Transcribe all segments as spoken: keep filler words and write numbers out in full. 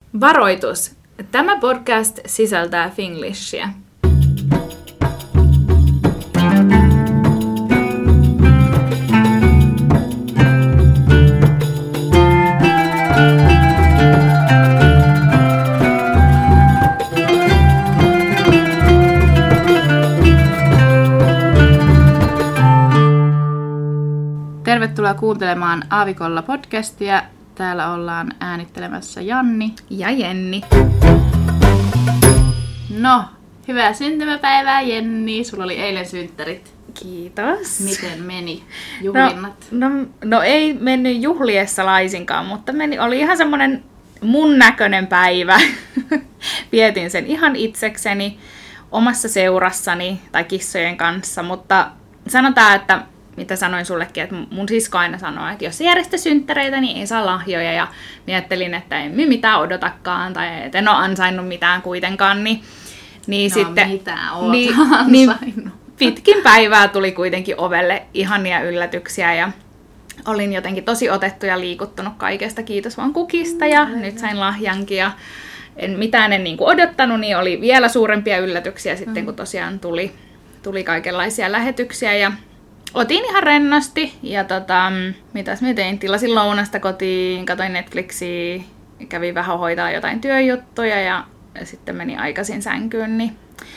Varoitus! Tämä podcast sisältää finglishia. Tervetuloa kuuntelemaan Aavikolla podcastia. Täällä ollaan äänittelemässä Janni ja Jenni. No, hyvää syntymäpäivää Jenni. Sulla oli eilen synttärit. Kiitos. Miten meni juhlinnat? No, no, no ei mennyt juhliessa laisinkaan, mutta meni, oli ihan semmonen mun näköinen päivä. Vietin sen ihan itsekseni, omassa seurassani tai kissojen kanssa, mutta sanotaan, että mitä sanoin sullekin, että mun sisko aina sanoo, että jos ei järjestä synttäreitä, niin ei saa lahjoja. Ja miettelin, että en myy mitään odotakaan tai et en ole ansainnut mitään kuitenkaan. Niin, niin no sitten, mitä oot niin, ansainnut? Niin pitkin päivää tuli kuitenkin ovelle ihania yllätyksiä ja olin jotenkin tosi otettu ja liikuttunut kaikesta. Kiitos vaan kukista ja mm, nyt sain lahjankin. Ja en, mitään en niin kuin odottanut, niin oli vielä suurempia yllätyksiä sitten, mm. kun tosiaan tuli, tuli kaikenlaisia lähetyksiä. Ja otin ihan rennosti ja tota, mitäs mä tein? Tilasin lounasta kotiin, katsoin Netflixiä, kävin vähän hoitaa jotain työjuttuja ja sitten meni aikaisin sänkyyn. Niin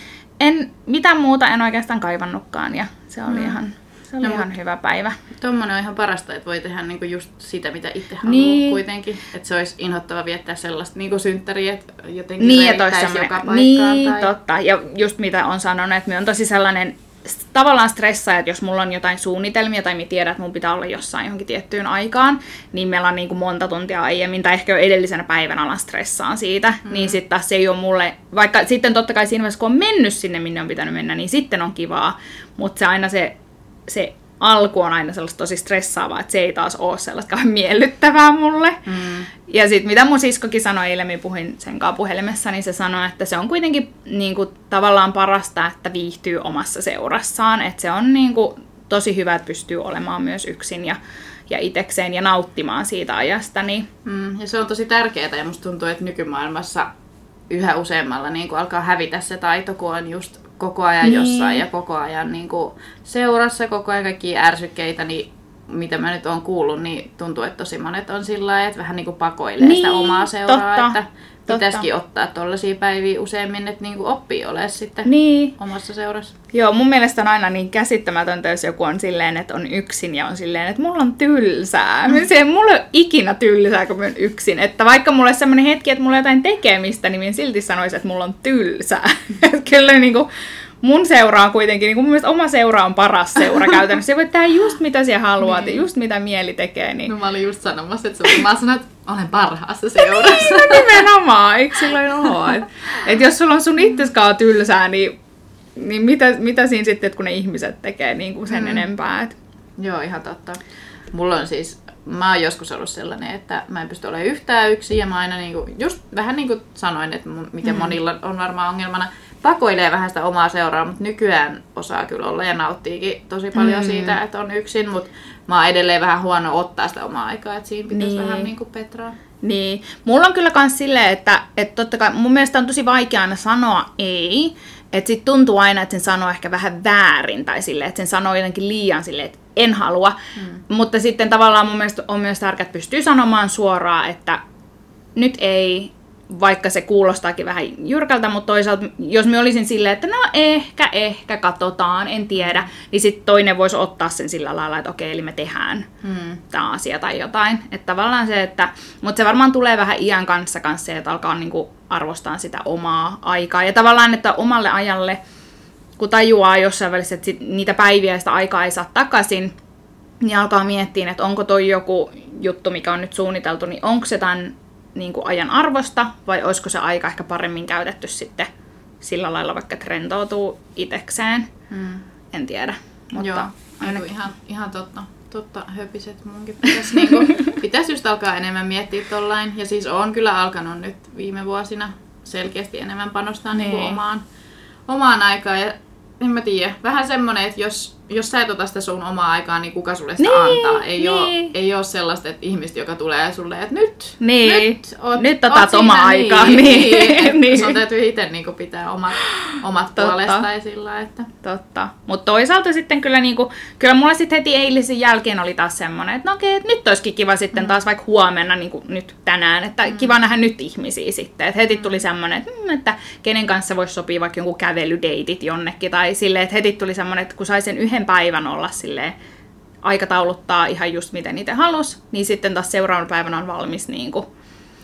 en, mitään muuta en oikeastaan kaivannutkaan ja se oli, mm. ihan, se oli no, ihan hyvä päivä. Tommonen on ihan parasta, että voi tehdä niinku just sitä, mitä itse haluaa niin. kuitenkin. Että se olisi inhottava viettää sellaista niinku synttäriä, että jotenkin niin, revittäisi joka paikkaan. Niin, tai... totta. Ja just mitä on sanonut, että minä on tosi sellainen tavallaan stressaa, että jos mulla on jotain suunnitelmia tai minä tiedän, että mun pitää olla jossain johonkin tiettyyn aikaan, niin meillä on niin kuin monta tuntia aiemmin tai ehkä jo edellisenä päivänä alan stressaan siitä, mm. niin sitten taas se ei ole mulle, vaikka sitten totta kai siinä vaiheessa, kun on mennyt sinne, minne on pitänyt mennä, niin sitten on kivaa, mutta se aina se, se alku on aina sellaista tosi stressaavaa, että se ei taas ole sellaista miellyttävää mulle. Mm. Ja sitten mitä mun siskokin sanoi eilen, minä puhuin sen kanssa puhelimessa, niin se sanoi, että se on kuitenkin niin kuin, tavallaan parasta, että viihtyy omassa seurassaan. Että se on niin kuin, tosi hyvä, että pystyy olemaan myös yksin ja, ja itekseen ja nauttimaan siitä ajasta. Niin. Mm, ja se on tosi tärkeää ja musta tuntuu, että nykymaailmassa yhä useammalla niin kuin alkaa hävitä se taito, kun on just koko ajan niin. jossain ja koko ajan niin kuin seurassa, koko ajan kaikkia ärsykkeitä, niin mitä mä nyt oon kuullut, niin tuntuu, että tosi monet on sillä lailla, että vähän niin kuin pakoilee niin, sitä omaa seuraa, totta, että pitäisikin ottaa tollaisia päiviä useammin, että niin kuin oppii olemaan sitten niin. omassa seurassa. Joo, mun mielestä on aina niin käsittämätöntä, jos joku on silleen, että on yksin ja on silleen, että mulla on tylsää. Mm. Se, mulla ei ole ikinä tylsää, kun mä oon yksin. Että vaikka mulla olisi sellainen hetki, että mulla on jotain tekemistä, niin minä silti sanoisin, että mulla on tylsää. Kyllä niin kuin mun seura on kuitenkin, niin kuin mun mielestä oma seura on paras seura käytännössä. Se voi tehdä just mitä siellä haluat niin. ja just mitä mieli tekee. Niin... No mä olin just sanomassa, että mä sanoin, että olen parhaassa seurassa. Niin, no nimenomaan, eikö silloin ole? Että et jos sulla on sun itseskaan tylsää, niin, niin mitä, mitä siinä sitten, että kun ne ihmiset tekee niin kuin sen mm. enempää? Et... Joo, ihan totta. Mulla on siis, mä oon joskus ollut sellainen, että mä en pysty olemaan yhtään yksin ja mä aina niinku, just vähän niin kuin sanoin, että mikä mm. monilla on varmaan ongelmana, pakoilee vähän sitä omaa seuraa, mutta nykyään osaa kyllä olla ja nauttiikin tosi paljon mm. siitä, että on yksin, mutta mä oon edelleen vähän huono ottaa sitä omaa aikaa, että siinä pitäisi niin. vähän niin kuin petraa. Niin. Mulla on kyllä kans silleen, että, että totta kai mun mielestä on tosi vaikea aina sanoa ei, että sit tuntuu aina, että sen sanoo ehkä vähän väärin tai silleen, että sen sanoo jotenkin liian silleen, että en halua, mm. mutta sitten tavallaan mun mielestä on myös tärkeää, että pystyy sanomaan suoraan, että nyt ei, vaikka se kuulostaakin vähän jyrkältä, mutta toisaalta jos mä olisin silleen, että no ehkä, ehkä, katsotaan, en tiedä, niin sitten toinen voisi ottaa sen sillä lailla, että okei, eli me tehdään hmm. tämä asia tai jotain. Että tavallaan se, että, mutta se varmaan tulee vähän iän kanssa kanssa, että alkaa niinku arvostaa sitä omaa aikaa. Ja tavallaan, että omalle ajalle, kun tajuaa jossain välissä, että sit niitä päiviä ja sitä aikaa ei saa takaisin, niin alkaa miettiä, että onko toi joku juttu, mikä on nyt suunniteltu, niin onko se tämän niin kuin ajan arvosta, vai olisiko se aika ehkä paremmin käytetty sitten sillä lailla, vaikka rentoutuu itekseen. Hmm. En tiedä. Mutta joo, ainakin... ihan, ihan totta. Totta, höpiset munkin pitäisi, niinku, pitäisi just alkaa enemmän miettiä tollain. Ja siis on kyllä alkanut nyt viime vuosina selkeästi enemmän panostaa niin. Niinku omaan, omaan aikaan. Ja en mä tiedä, vähän semmonen, että jos jos sä et ota sitä sun omaa aikaa, niin kuka sulle sitä niin, antaa? Ei, niin. ole, ei ole sellaista että ihmistä, joka tulee sulle, että nyt, niin. nyt, oot, nyt otat omaa siinä, aikaa. Niin, niin. niin. niin. Sun täytyy itse niin pitää omat, omat puolestaan sillä, että... Totta. Mutta toisaalta sitten kyllä, niinku, kyllä mulla sitten heti eilisen jälkeen oli taas semmoinen, että no okei, että nyt olisikin kiva sitten mm. taas vaikka huomenna, niinku nyt tänään, että mm. kiva nähdä nyt ihmisiä sitten. Et heti tuli semmoinen, että, mm, että kenen kanssa voisi sopia vaikka jonkun kävelydeitit jonnekin, tai silleen, että heti tuli semmoinen, että kun sai sen yhden päivän olla silleen, aikatauluttaa ihan just miten itse halus, niin sitten taas seuraavana päivänä on valmis niinku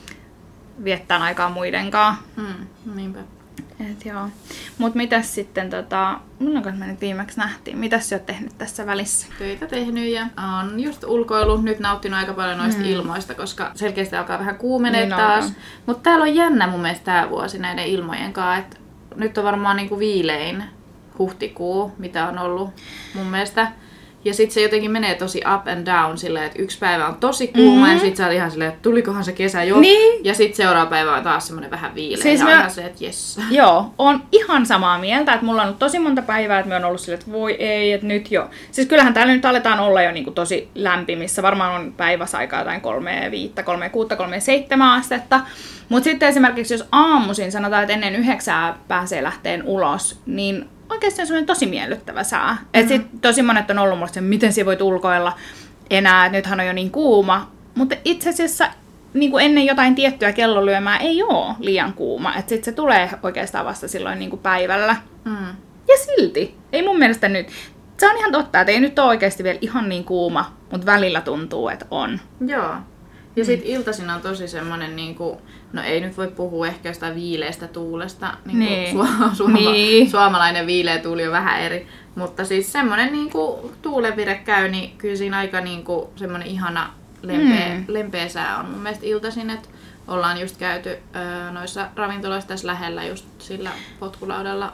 viettää aikaa muidenkaan. Mm, niinpä. Et joo. Mut mitäs sitten, tota, milloin me nyt viimeksi nähtiin? Mitäs sä oot tehnyt tässä välissä? Töitä tehnyt ja on just ulkoillut, nyt nauttinut aika paljon noista mm. ilmoista, koska selkeästi alkaa vähän kuumenee niin taas. Mutta täällä on jännä mun mielestä tää vuosi näiden ilmojen kanssa, että nyt on varmaan niinku viilein huhtikuu, mitä on ollut mun mielestä. Ja sit se jotenkin menee tosi up and down silleen, että yksi päivä on tosi kuuma mm-hmm. ja sit sä oot ihan silleen, että tulikohan se kesä jo. Niin. Ja sit seuraava päivä on taas semmonen vähän viileä siis ja mä... ihan se, että jes. Joo, on ihan samaa mieltä, että mulla on ollut tosi monta päivää, että mä oon ollut silleen, että voi ei, että nyt jo. Siis kyllähän täällä nyt aletaan olla jo niinku tosi lämpimissä, varmaan on päiväsaikaa jotain kolme viittä, kolme kuutta, kolme seitsemän astetta. Mut sitten esimerkiksi jos aamuisin sanotaan, että ennen yhdeksää pääsee lähteen ulos, niin oikeasti on semmoinen tosi miellyttävä sää. Mm-hmm. Et sit tosi monet on ollut musta se, miten sä voit ulkoilla enää, että nythän on jo niin kuuma. Mutta itse asiassa niin kuin ennen jotain tiettyä kellolyömää ei ole liian kuuma. Että sit se tulee oikeastaan vasta silloin niin kuin päivällä. Mm. Ja silti, ei mun mielestä nyt. Se on ihan totta, että ei nyt ole oikeasti vielä ihan niin kuuma, mutta välillä tuntuu, että on. Joo. Ja sit iltaisin on tosi semmonen niinku, no ei nyt voi puhua ehkä jostain viileästä tuulesta, niinku niin. Su- suoma- niin. suomalainen viileä tuuli on vähän eri, mutta siis semmonen niinku tuulenvire käy, niin kyllä siinä aika niinku semmonen ihana lempeä, mm. lempeä sää on mun mielestä iltaisin, että ollaan just käyty öö, noissa ravintoloissa tässä lähellä just sillä potkulaudalla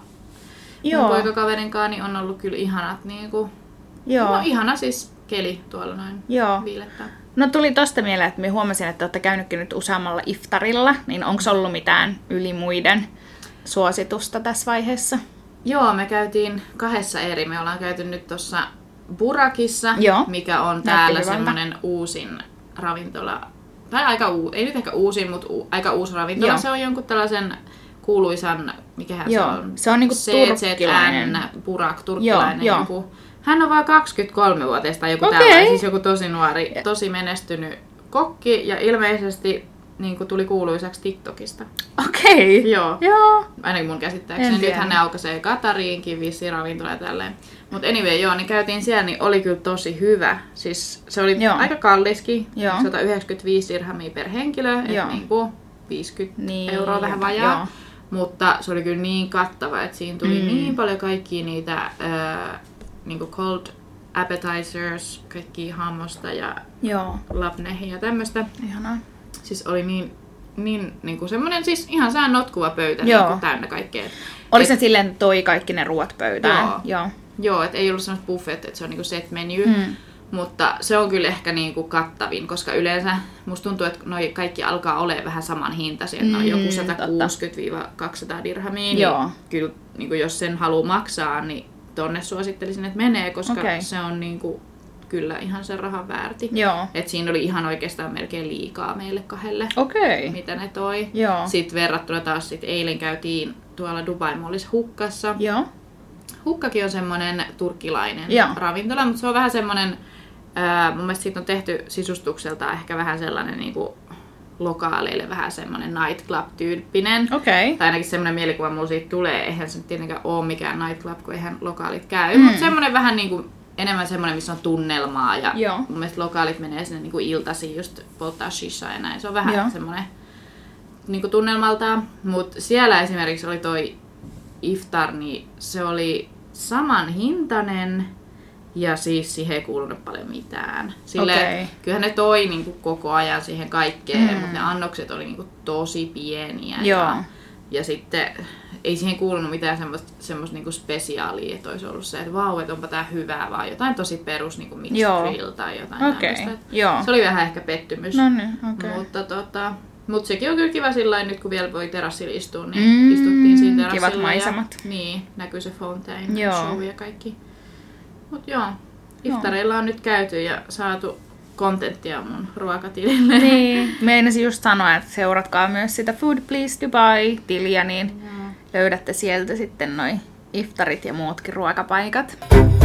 mun poikakaverin kanssa, niin on ollut kyllä ihanat niinku, Joo. no ihana siis keli tuolla noin Joo. viilettää. No tuli tosta mieleen, että minä huomasin, että olette käynytkin nyt useammalla iftarilla, niin onko ollut mitään yli muiden suositusta tässä vaiheessa? Joo, me käytiin kahdessa eri. Me ollaan käyty nyt tuossa Burakissa, Joo. mikä on täällä semmoinen uusin ravintola. Tai aika uu, ei nyt ehkä uusin, mutta u, aika uusi ravintola. Joo. Se on jonkun tällaisen kuuluisan, mikähän Joo. se on? Se on niinku turkkilainen. Burak, turkkilainen Joo, joku. Hän on vaan kaksikymmentäkolmevuotias tai joku okay. tällainen, siis joku tosi nuori, tosi menestynyt kokki ja ilmeisesti niin kuin tuli kuuluisaksi TikTokista. Okei. Okay. Joo. Joo. Ainakin mun käsittääkseni. Nythän ne aukaisee Qatariinkin vissiin ravintola ja tälleen. Mutta anyway, joo, niin käytiin siellä, niin oli kyllä tosi hyvä. Siis se oli joo. aika kalliskin. Joo. sata yhdeksänkymmentäviisi dirhamia per henkilö, että niinku viisikymmentä niin, euroa vähän vajaa. Joo. Mutta se oli kyllä niin kattava, että siinä tuli mm. niin paljon kaikkia niitä äh, niinku cold appetizers, kaikkia hammosta ja Joo. labnehia ja tämmöistä. Ihanaa. Siis oli niin, niin, niin kuin semmoinen siis ihan sään notkuva pöytä niin kuin täynnä kaikkea. Oli et, se silleen, että toi kaikki ne ruoat pöytään? Joo. Joo. Joo, että ei ollut semmoista buffet, että se on niinku set menu. Mm. Mutta se on kyllä ehkä niinku kattavin, koska yleensä musta tuntuu, että noi kaikki alkaa olemaan vähän saman hintaisia. Mm, ne on joku sata kuusikymmentä kaksisataa dirhamia. Niin Joo. kyllä niinku jos sen haluaa maksaa, niin tonne suosittelisin, että menee, koska okay. se on niinku kyllä ihan sen rahan väärti. Että siinä oli ihan oikeastaan melkein liikaa meille kahdelle, okay. mitä ne toi. Joo. Sitten verrattuna taas sit eilen käytiin tuolla Dubai Mallissa Hukkassa. Joo. Hukkakin on semmoinen turkkilainen Joo. ravintola, mutta se on vähän semmoinen, ää, mun mielestä siitä on tehty sisustukselta ehkä vähän sellainen niinku lokaaleille vähän semmoinen nightclub-tyyppinen. Okay. Tai ainakin semmoinen mielikuva mulla siitä tulee. Eihän se nyt tietenkään ole mikään nightclub, kun eihän lokaalit käy. Mm. Mutta semmoinen vähän niinku, enemmän semmoinen, missä on tunnelmaa. Ja Joo. mun mielestä lokaalit menee sinne niinku iltaisin just polttaa shishaa ja näin. Se on vähän Joo. semmoinen niinku tunnelmaltaan. Mutta siellä esimerkiksi oli toi iftar, niin se oli saman hintainen. Ja siis siihen ei kuulunut paljon mitään. Silleen, okay. Kyllähän ne toi niinku koko ajan siihen kaikkeen, mm. mutta ne annokset oli niinku tosi pieniä. Ja, ja sitten ei siihen kuulunut mitään semmoista, semmoista niinku spesiaalia, että olisi ollut se, että vau, että onpa tää hyvää, vaan jotain tosi perus niinku mixed Joo. grill tai jotain okay. Se oli vähän ehkä pettymys. No niin, okay. Mutta tota, mut sekin on kyllä kiva sillain, nyt kun vielä voi terassilla istua, niin mm, istuttiin siinä terassilla. Kivat maisemat. Ja, niin, näkyy se fontaine show ja kaikki. Mut joo, iftareilla on nyt käyty ja saatu kontenttia mun ruokatilille. Niin, meinasin just sanoa, että seuratkaa myös sitä Food Please Dubai-tiliä, niin mm. löydätte sieltä sitten noi iftarit ja muutkin ruokapaikat.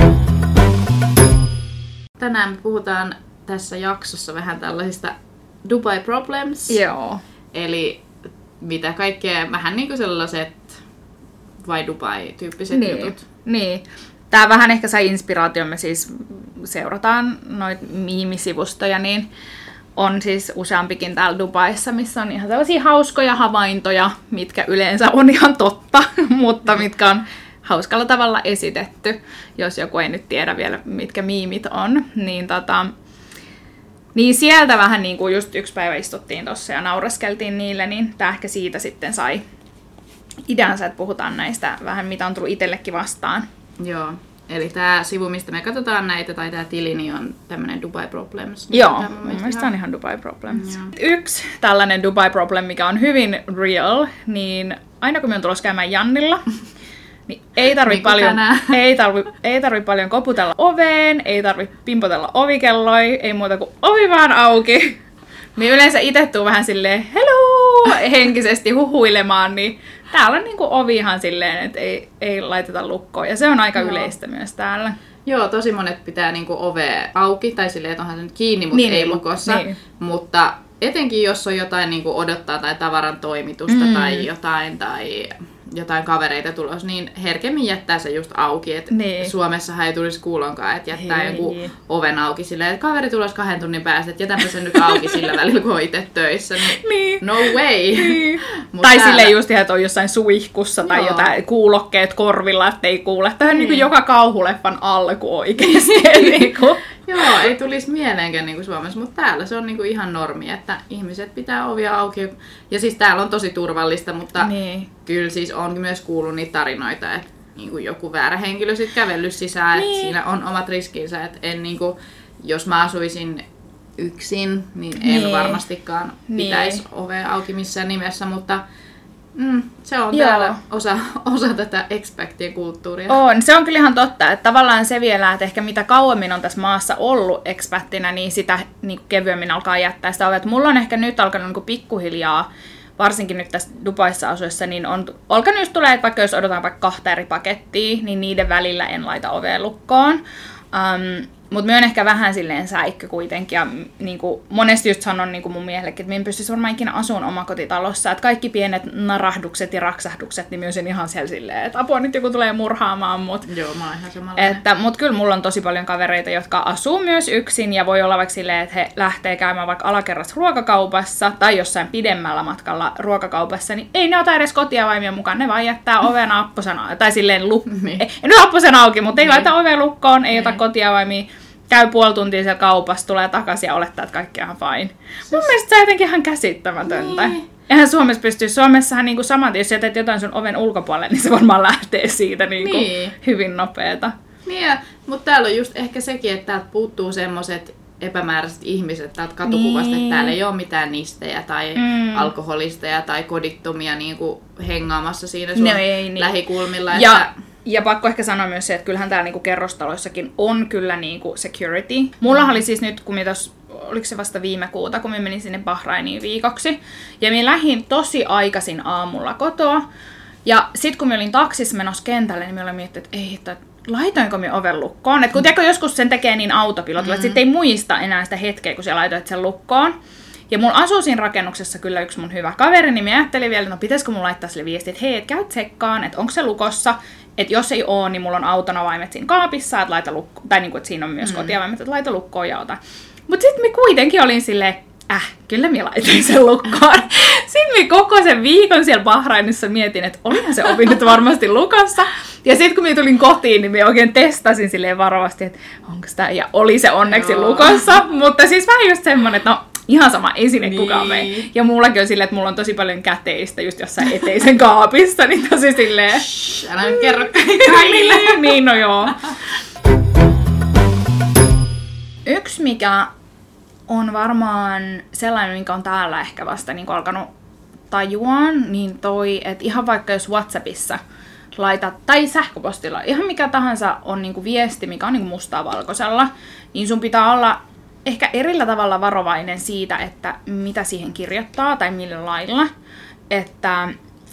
Tänään me puhutaan tässä jaksossa vähän tällaisista Dubai Problems. Joo. Eli mitä kaikkea, vähän niin kuin sellaiset vai Dubai-tyyppiset niin. jutut. Niin. Tää vähän ehkä sai inspiraation, me siis seurataan noita miimisivustoja, niin on siis useampikin täällä Dubaissa, missä on ihan tällaisia hauskoja havaintoja, mitkä yleensä on ihan totta, mutta mitkä on hauskalla tavalla esitetty, jos joku ei nyt tiedä vielä, mitkä miimit on. Niin, tota, niin sieltä vähän niin kuin just yksi päivä istuttiin tossa ja naureskeltiin niille, niin tää ehkä siitä sitten sai ideansa, että puhutaan näistä vähän, mitä on tullut itsellekin vastaan. Joo, eli tämä sivu, mistä me katsotaan näitä, tai tämä tili, niin on tämmöinen Dubai Problems. Joo, mun mielestä, mielestä on ihan Dubai Problems. Joo. Yksi tällainen Dubai Problem, mikä on hyvin real, niin aina kun me on tulossa käymään Jannilla, niin ei tarvi niin paljon, ei tarvi, ei tarvi paljon koputella oveen, ei tarvi pimpotella ovikelloja, ei muuta kuin ovi vaan auki. Niin yleensä itse tuu vähän silleen hello henkisesti huhuilemaan, niin täällä on niinku ovi ihan silleen, että ei, ei laiteta lukkoon. Ja se on aika Joo. yleistä myös täällä. Joo, tosi monet pitää niinku ovea auki, tai silleen, että onhan se nyt kiinni, mutta niin, ei lukossa. Niin. Mutta etenkin jos on jotain niinku odottaa tai tavaran toimitusta mm. tai jotain, tai jotain kavereita tulos, niin herkemmin jättää se just auki. Et niin. Suomessahan ei tulisi kuulonkaan, että jättää ei. joku oven auki silleen, että kaveri tulos kahden tunnin päästä, että jätänpä sen nyt auki sillä välillä, kun on itse töissä. Niin, niin. No way! Niin. Tai täällä silleen just ihan, että on jossain suihkussa tai Joo. jotain kuulokkeet korvilla, ettei kuule. Tähän niin. niin joka kauhuleffan alku oikeesti. niin kuin. Joo, ei tulisi mieleenkään niin kuin Suomessa, mutta täällä se on niin kuin ihan normi, että ihmiset pitää ovia auki. Ja siis täällä on tosi turvallista, mutta niin. kyllä siis on myös kuullut niitä tarinoita, että niin kuin joku väärä henkilö sitten kävellyt sisään, niin. että siinä on omat riskinsä. Että en, niin kuin, jos mä asuisin yksin, niin en niin. varmastikaan pitäisi niin. ovea auki missään nimessä, mutta Mm, se on Joo. täällä osa, osa tätä expatien kulttuuria. On, se on kyllä ihan totta, että tavallaan se vielä, että ehkä mitä kauemmin on tässä maassa ollut expattina, niin sitä niin kevyemmin alkaa jättää sitä ovea. Että mulla on ehkä nyt alkanut niin pikkuhiljaa, varsinkin nyt tässä Dubaissa asuessa, niin on alkanut just tulee, että vaikka jos odotan vaikka kahta eri pakettia, niin niiden välillä en laita ovea lukkoon. Um, Mutta mä oon ehkä vähän silleen säikkö kuitenkin. Ja niinku, monesti just sanon niinku mun miehellekin, että mä en pystyisi varmaan ikinä asuun omakotitalossa. Että kaikki pienet narahdukset ja raksahdukset, niin mä oon ihan siellä silleen, että apua nyt joku tulee murhaamaan mut. Joo, mä oon ihan samanlainen. Että, mut kyllä mulla on tosi paljon kavereita, jotka asuu myös yksin. Ja voi olla vaikka silleen, että he lähtee käymään vaikka alakerrassa ruokakaupassa tai jossain pidemmällä matkalla ruokakaupassa. Niin ei ne ota edes kotiavaimia mukaan, ne vaan jättää oven apposen auki. Tai silleen, lu- niin. ei, ei nyt apposen auki, mutta ei niin. laita oven lukkoon, ei niin. ota kotiavaimia. Käy puoli tuntia siellä kaupassa, tulee takaisin ja olettaa, että kaikki on ihan fine. Siis mun mielestä se on jotenkin ihan käsittämätöntä. Niin. Eihän Suomessa pysty. Suomessahan niinku saman, jos jätät jotain sun oven ulkopuolelle, niin se varmaan lähtee siitä niinku niin. hyvin nopeeta. Niin, mutta täällä on just ehkä sekin, että täältä puuttuu semmoiset epämääräiset ihmiset täältä katukuvasta, niin. että täällä ei ole mitään nistejä tai mm. alkoholisteja tai kodittomia niinku hengaamassa siinä sun no ei, niin. lähikulmilla. Ja että Ja pakko ehkä sanoa myös se, että kyllähän täällä niinku kerrostaloissakin on kyllä niinku security. Mulla oli siis nyt, kun mä tos, oliko se vasta viime kuuta, kun mä menin sinne Bahrainiin viikoksi. Ja mä lähdin tosi aikaisin aamulla kotoa. Ja sit kun mä olin taksissa menossa kentälle, niin mä olin miettinyt, että ei, että laitoinko mä oven lukkoon. Et kun tiedätkö, joskus sen tekee niin autopilotilla, mm-hmm. että sit ei muista enää sitä hetkeä, kun sä laitoit sen lukkoon. Ja mulla asuu siinä rakennuksessa kyllä yksi mun hyvä kaveri, niin mä ajattelin vielä, että no pitäisikö mun laittaa sille viesti, että hei, et käy tsekkaan, että onko se lukossa. Että jos ei oo, niin mulla on auton avaimet siinä kaapissa, että laita lukkoon, tai niinku, että siinä on myös mm. kotiavaimet, että laita lukkoon ja ota. Mut sit mä kuitenkin olin silleen, äh, kyllä mä laitoin sen lukkoon. Sitten mä koko sen viikon siellä Bahrainissa mietin, että olihan se ovi nyt varmasti lukossa. Ja sitten kun mä tulin kotiin, niin mä oikein testasin silleen varovasti, että onko sitä, ja oli se onneksi Joo. lukossa. Mutta siis vähän just semmonen, että no ihan sama, ei sinne niin. kukaan mene. Ja mullakin on silleen, että mulla on tosi paljon käteistä just jossain eteisen kaapissa, niin tosi silleen Shhh, älä nyt kerro kaikille. niin, niin, no joo. Yksi, mikä on varmaan sellainen, mikä on täällä ehkä vasta niin alkanut tajuan, niin toi, että ihan vaikka jos WhatsAppissa laitat, tai sähköpostilla, ihan mikä tahansa on niinku viesti, mikä on niinku mustaa valkoisella, niin sun pitää olla ehkä erillä tavalla varovainen siitä, että mitä siihen kirjoittaa tai millä lailla. Että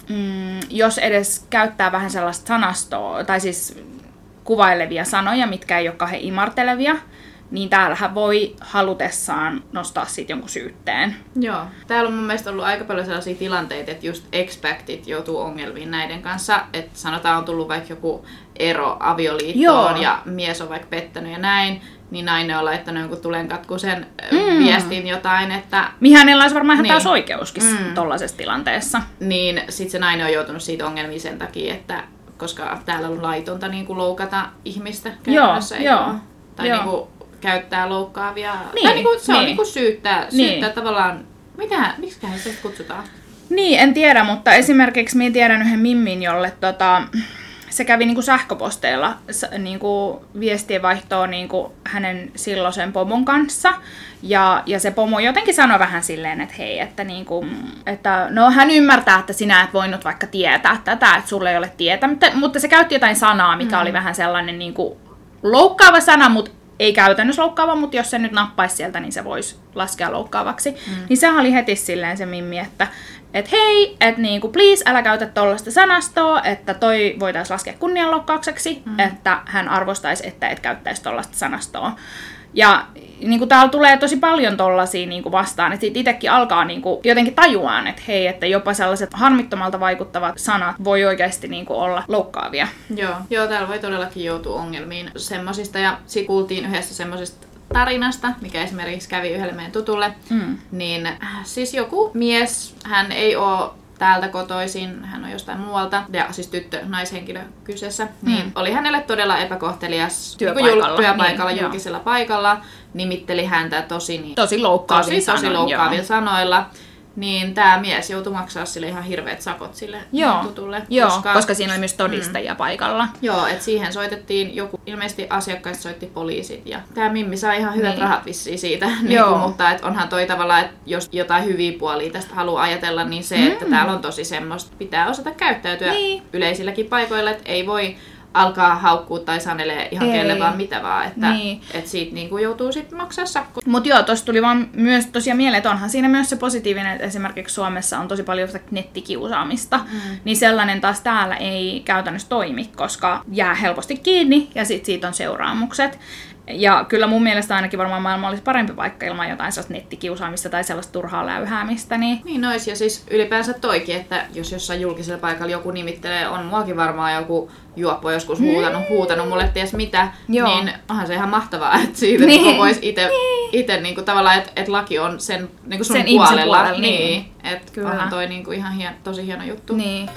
mm, jos edes käyttää vähän sellaista sanastoa, tai siis kuvailevia sanoja, mitkä ei ole kauhean imartelevia, niin täällähän voi halutessaan nostaa siitä jonkun syytteen. Joo. Täällä on mun mielestä ollut aika paljon sellaisia tilanteita, että just expactit joutuu ongelmiin näiden kanssa. Että sanotaan on tullut vaikka joku ero avioliittoon Joo. ja mies on vaikka pettänyt ja näin, niin nainen on laittanut jonkun tulenkatkuisen mm. viestin jotain, että... Mihin hänellä olisi varmaan ihan niin. täys oikeuskin mm. tollaisessa tilanteessa. Niin sit se nainen on joutunut siitä ongelmiin sen takia, että koska täällä on laitonta niin kuin loukata ihmistä käytännössä. Joo, joo. Tai joo. Niin kuin käyttää loukkaavia... Niin, tai niin kuin, se niin. on niin kuin syyttää, syyttää niin. tavallaan... Mitä, miksiköhän se kutsutaan? Niin, en tiedä, mutta esimerkiksi minä tiedän yhden mimmin, jolle tota, se kävi niinku sähköposteilla niinku viestien vaihtoa niinku hänen silloisen pomon kanssa. Ja, ja se pomo jotenkin sanoi vähän silleen, että hei, että, niinku, että no hän ymmärtää, että sinä et voinut vaikka tietää tätä, että sulle ei ole tietä. Mutta, mutta se käytti jotain sanaa, mikä mm. oli vähän sellainen niinku loukkaava sana, mutta ei käytännössä loukkaava, mutta jos se nyt nappaisi sieltä, niin se voisi laskea loukkaavaksi. Mm. Niin sehän oli heti silleen se mimmi, että et hei, että niinku, please älä käytä tollaista sanastoa, että toi voitaisiin laskea kunnianloukkaukseksi, mm. että hän arvostaisi, että et käyttäisi tollaista sanastoa. Ja niinku, täällä tulee tosi paljon tollaisia niinku, vastaan, että siitä itsekin alkaa niinku, jotenkin tajuaan, että hei, että jopa sellaiset harmittomalta vaikuttavat sanat voi oikeasti niinku, olla loukkaavia. Joo, joo, täällä voi todellakin joutua ongelmiin semmosista, ja sit kuultiin yhdessä semmosista tarinasta, mikä esimerkiksi kävi yhdelle meidän tutulle, mm. niin siis joku mies, hän ei ole täältä kotoisin, hän on jostain muualta, ja siis tyttö, naishenkilö kyseessä, mm. niin oli hänelle todella epäkohtelias työpaikalla, jul- työpaikalla niin, julkisella joo. paikalla, nimitteli häntä tosi, niin, tosi loukkaavilla tosi, tosi loukkaavilla sanoilla. Niin tämä mies joutui maksaa sille ihan hirveät sakot sille joo, tutulle. Joo, koska, koska siinä oli myös todistajia mm. paikalla. Joo, että siihen soitettiin joku, ilmeisesti asiakkaista soitti poliisit ja tämä Mimmi sai ihan hyvät niin. rahat vissiin siitä. Niin kuin, mutta et onhan toi tavallaan, että jos jotain hyviä puolia tästä haluaa ajatella, niin se, mm. että täällä on tosi semmoista, pitää osata käyttäytyä niin. yleisilläkin paikoilla, että ei voi alkaa haukkua tai sanelee ihan ei. Kelle vaan mitä vaan, että niin. et siitä niinku joutuu sitten maksaa sakko. Mut joo, tossa tuli vaan myös tosiaan mieleen, että onhan siinä myös se positiivinen, että esimerkiksi Suomessa on tosi paljon nettikiusaamista, mm. niin sellainen taas täällä ei käytännössä toimi, koska jää helposti kiinni ja sit siitä on seuraamukset. Ja kyllä mun mielestä ainakin varmaan maailma olisi parempi paikka ilman jotain sellaista nettikiusaamista tai sellaista turhaa läyhäämistä. Niin, niin nois, ja siis ylipäänsä toikin, että jos jossain julkisella paikalla joku nimittelee, on muakin varmaan joku juoppo joskus huutanut, mm. huutanut mulle ties mitä, joo. niin onhan se ihan mahtavaa, että siitä niin. voisi itse niin. niinku, tavallaan, että et laki on sen niinku sun sen puolella. puolella. Niin. niin. Että onhan toi niinku ihan hien, tosi hieno juttu. Niin.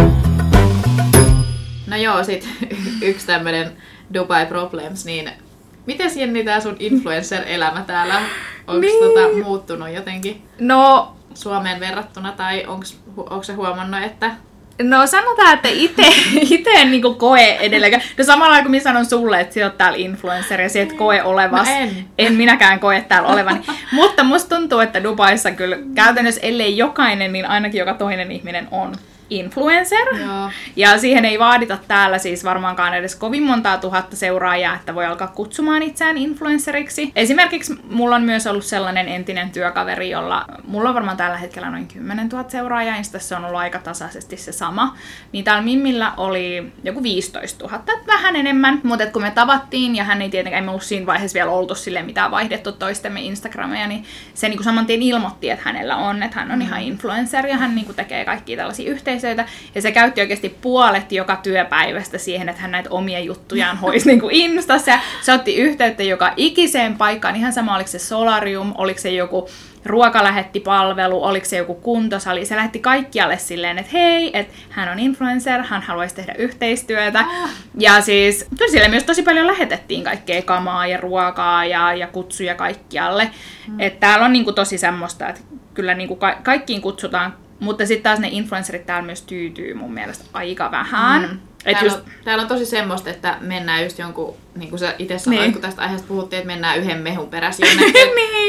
No joo, sit yksi tämmönen Dubai Problems, niin miten Jenni tää sun influencer-elämä täällä? Onko niin. tota muuttunut jotenkin no, Suomeen verrattuna tai onko se huomannut, että... No sanotaan, että ite, ite en niinku koe edelläkään. No samalla kun minä sanon sulle, että sinä olet täällä influencer ja sinä et koe olevas. No en. En minäkään koe täällä olevani. Mutta musta tuntuu, että Dubaissa kyllä käytännössä ellei jokainen, niin ainakin joka toinen ihminen on influencer. Joo. Ja siihen ei vaadita täällä siis varmaankaan edes kovin montaa tuhatta seuraajaa, että voi alkaa kutsumaan itseään influenceriksi. Esimerkiksi mulla on myös ollut sellainen entinen työkaveri, jolla mulla on varmaan tällä hetkellä noin kymmenen tuhatta seuraajaa, ja se on ollut aika tasaisesti se sama. Niin täällä Mimmillä oli joku viisitoista tuhatta, vähän enemmän, mutta kun me tavattiin, ja hän ei tietenkään, ei me ollut siinä vaiheessa vielä oltu silleen mitään vaihdettu toistemme Instagrameja, niin se niin kuin saman tien ilmoitti, että hänellä on, että hän on mm. ihan influencer, ja hän niin kuin tekee kaikkia tällaisia yhteisöjä. Ja se käytti oikeasti puolet joka työpäivästä siihen, että hän näitä omia juttujaan hoisi niin kuin Instassa. Ja se otti yhteyttä joka ikiseen paikkaan. Ihan sama, oliko se solarium, oliko se joku ruokalähettipalvelu, oliko se joku kuntosali. Se lähetti kaikkialle silleen, että hei, että hän on influencer, hän haluaisi tehdä yhteistyötä. Oh. Ja siis kyllä sille myös tosi paljon lähetettiin kaikkea kamaa ja ruokaa ja, ja kutsuja kaikkialle. Mm. Että täällä on niin kuin tosi semmoista, että kyllä niin kuin ka- kaikkiin kutsutaan. Mutta sitten taas ne influencerit täällä myös tyytyy mun mielestä aika vähän. Mm. Täällä, just... on, täällä on tosi semmoista, että mennään just jonkun, niin kuin sä itse sanoit, niin. kun tästä aiheesta puhuttiin, että mennään yhden mehun perässä jonnekin. niin.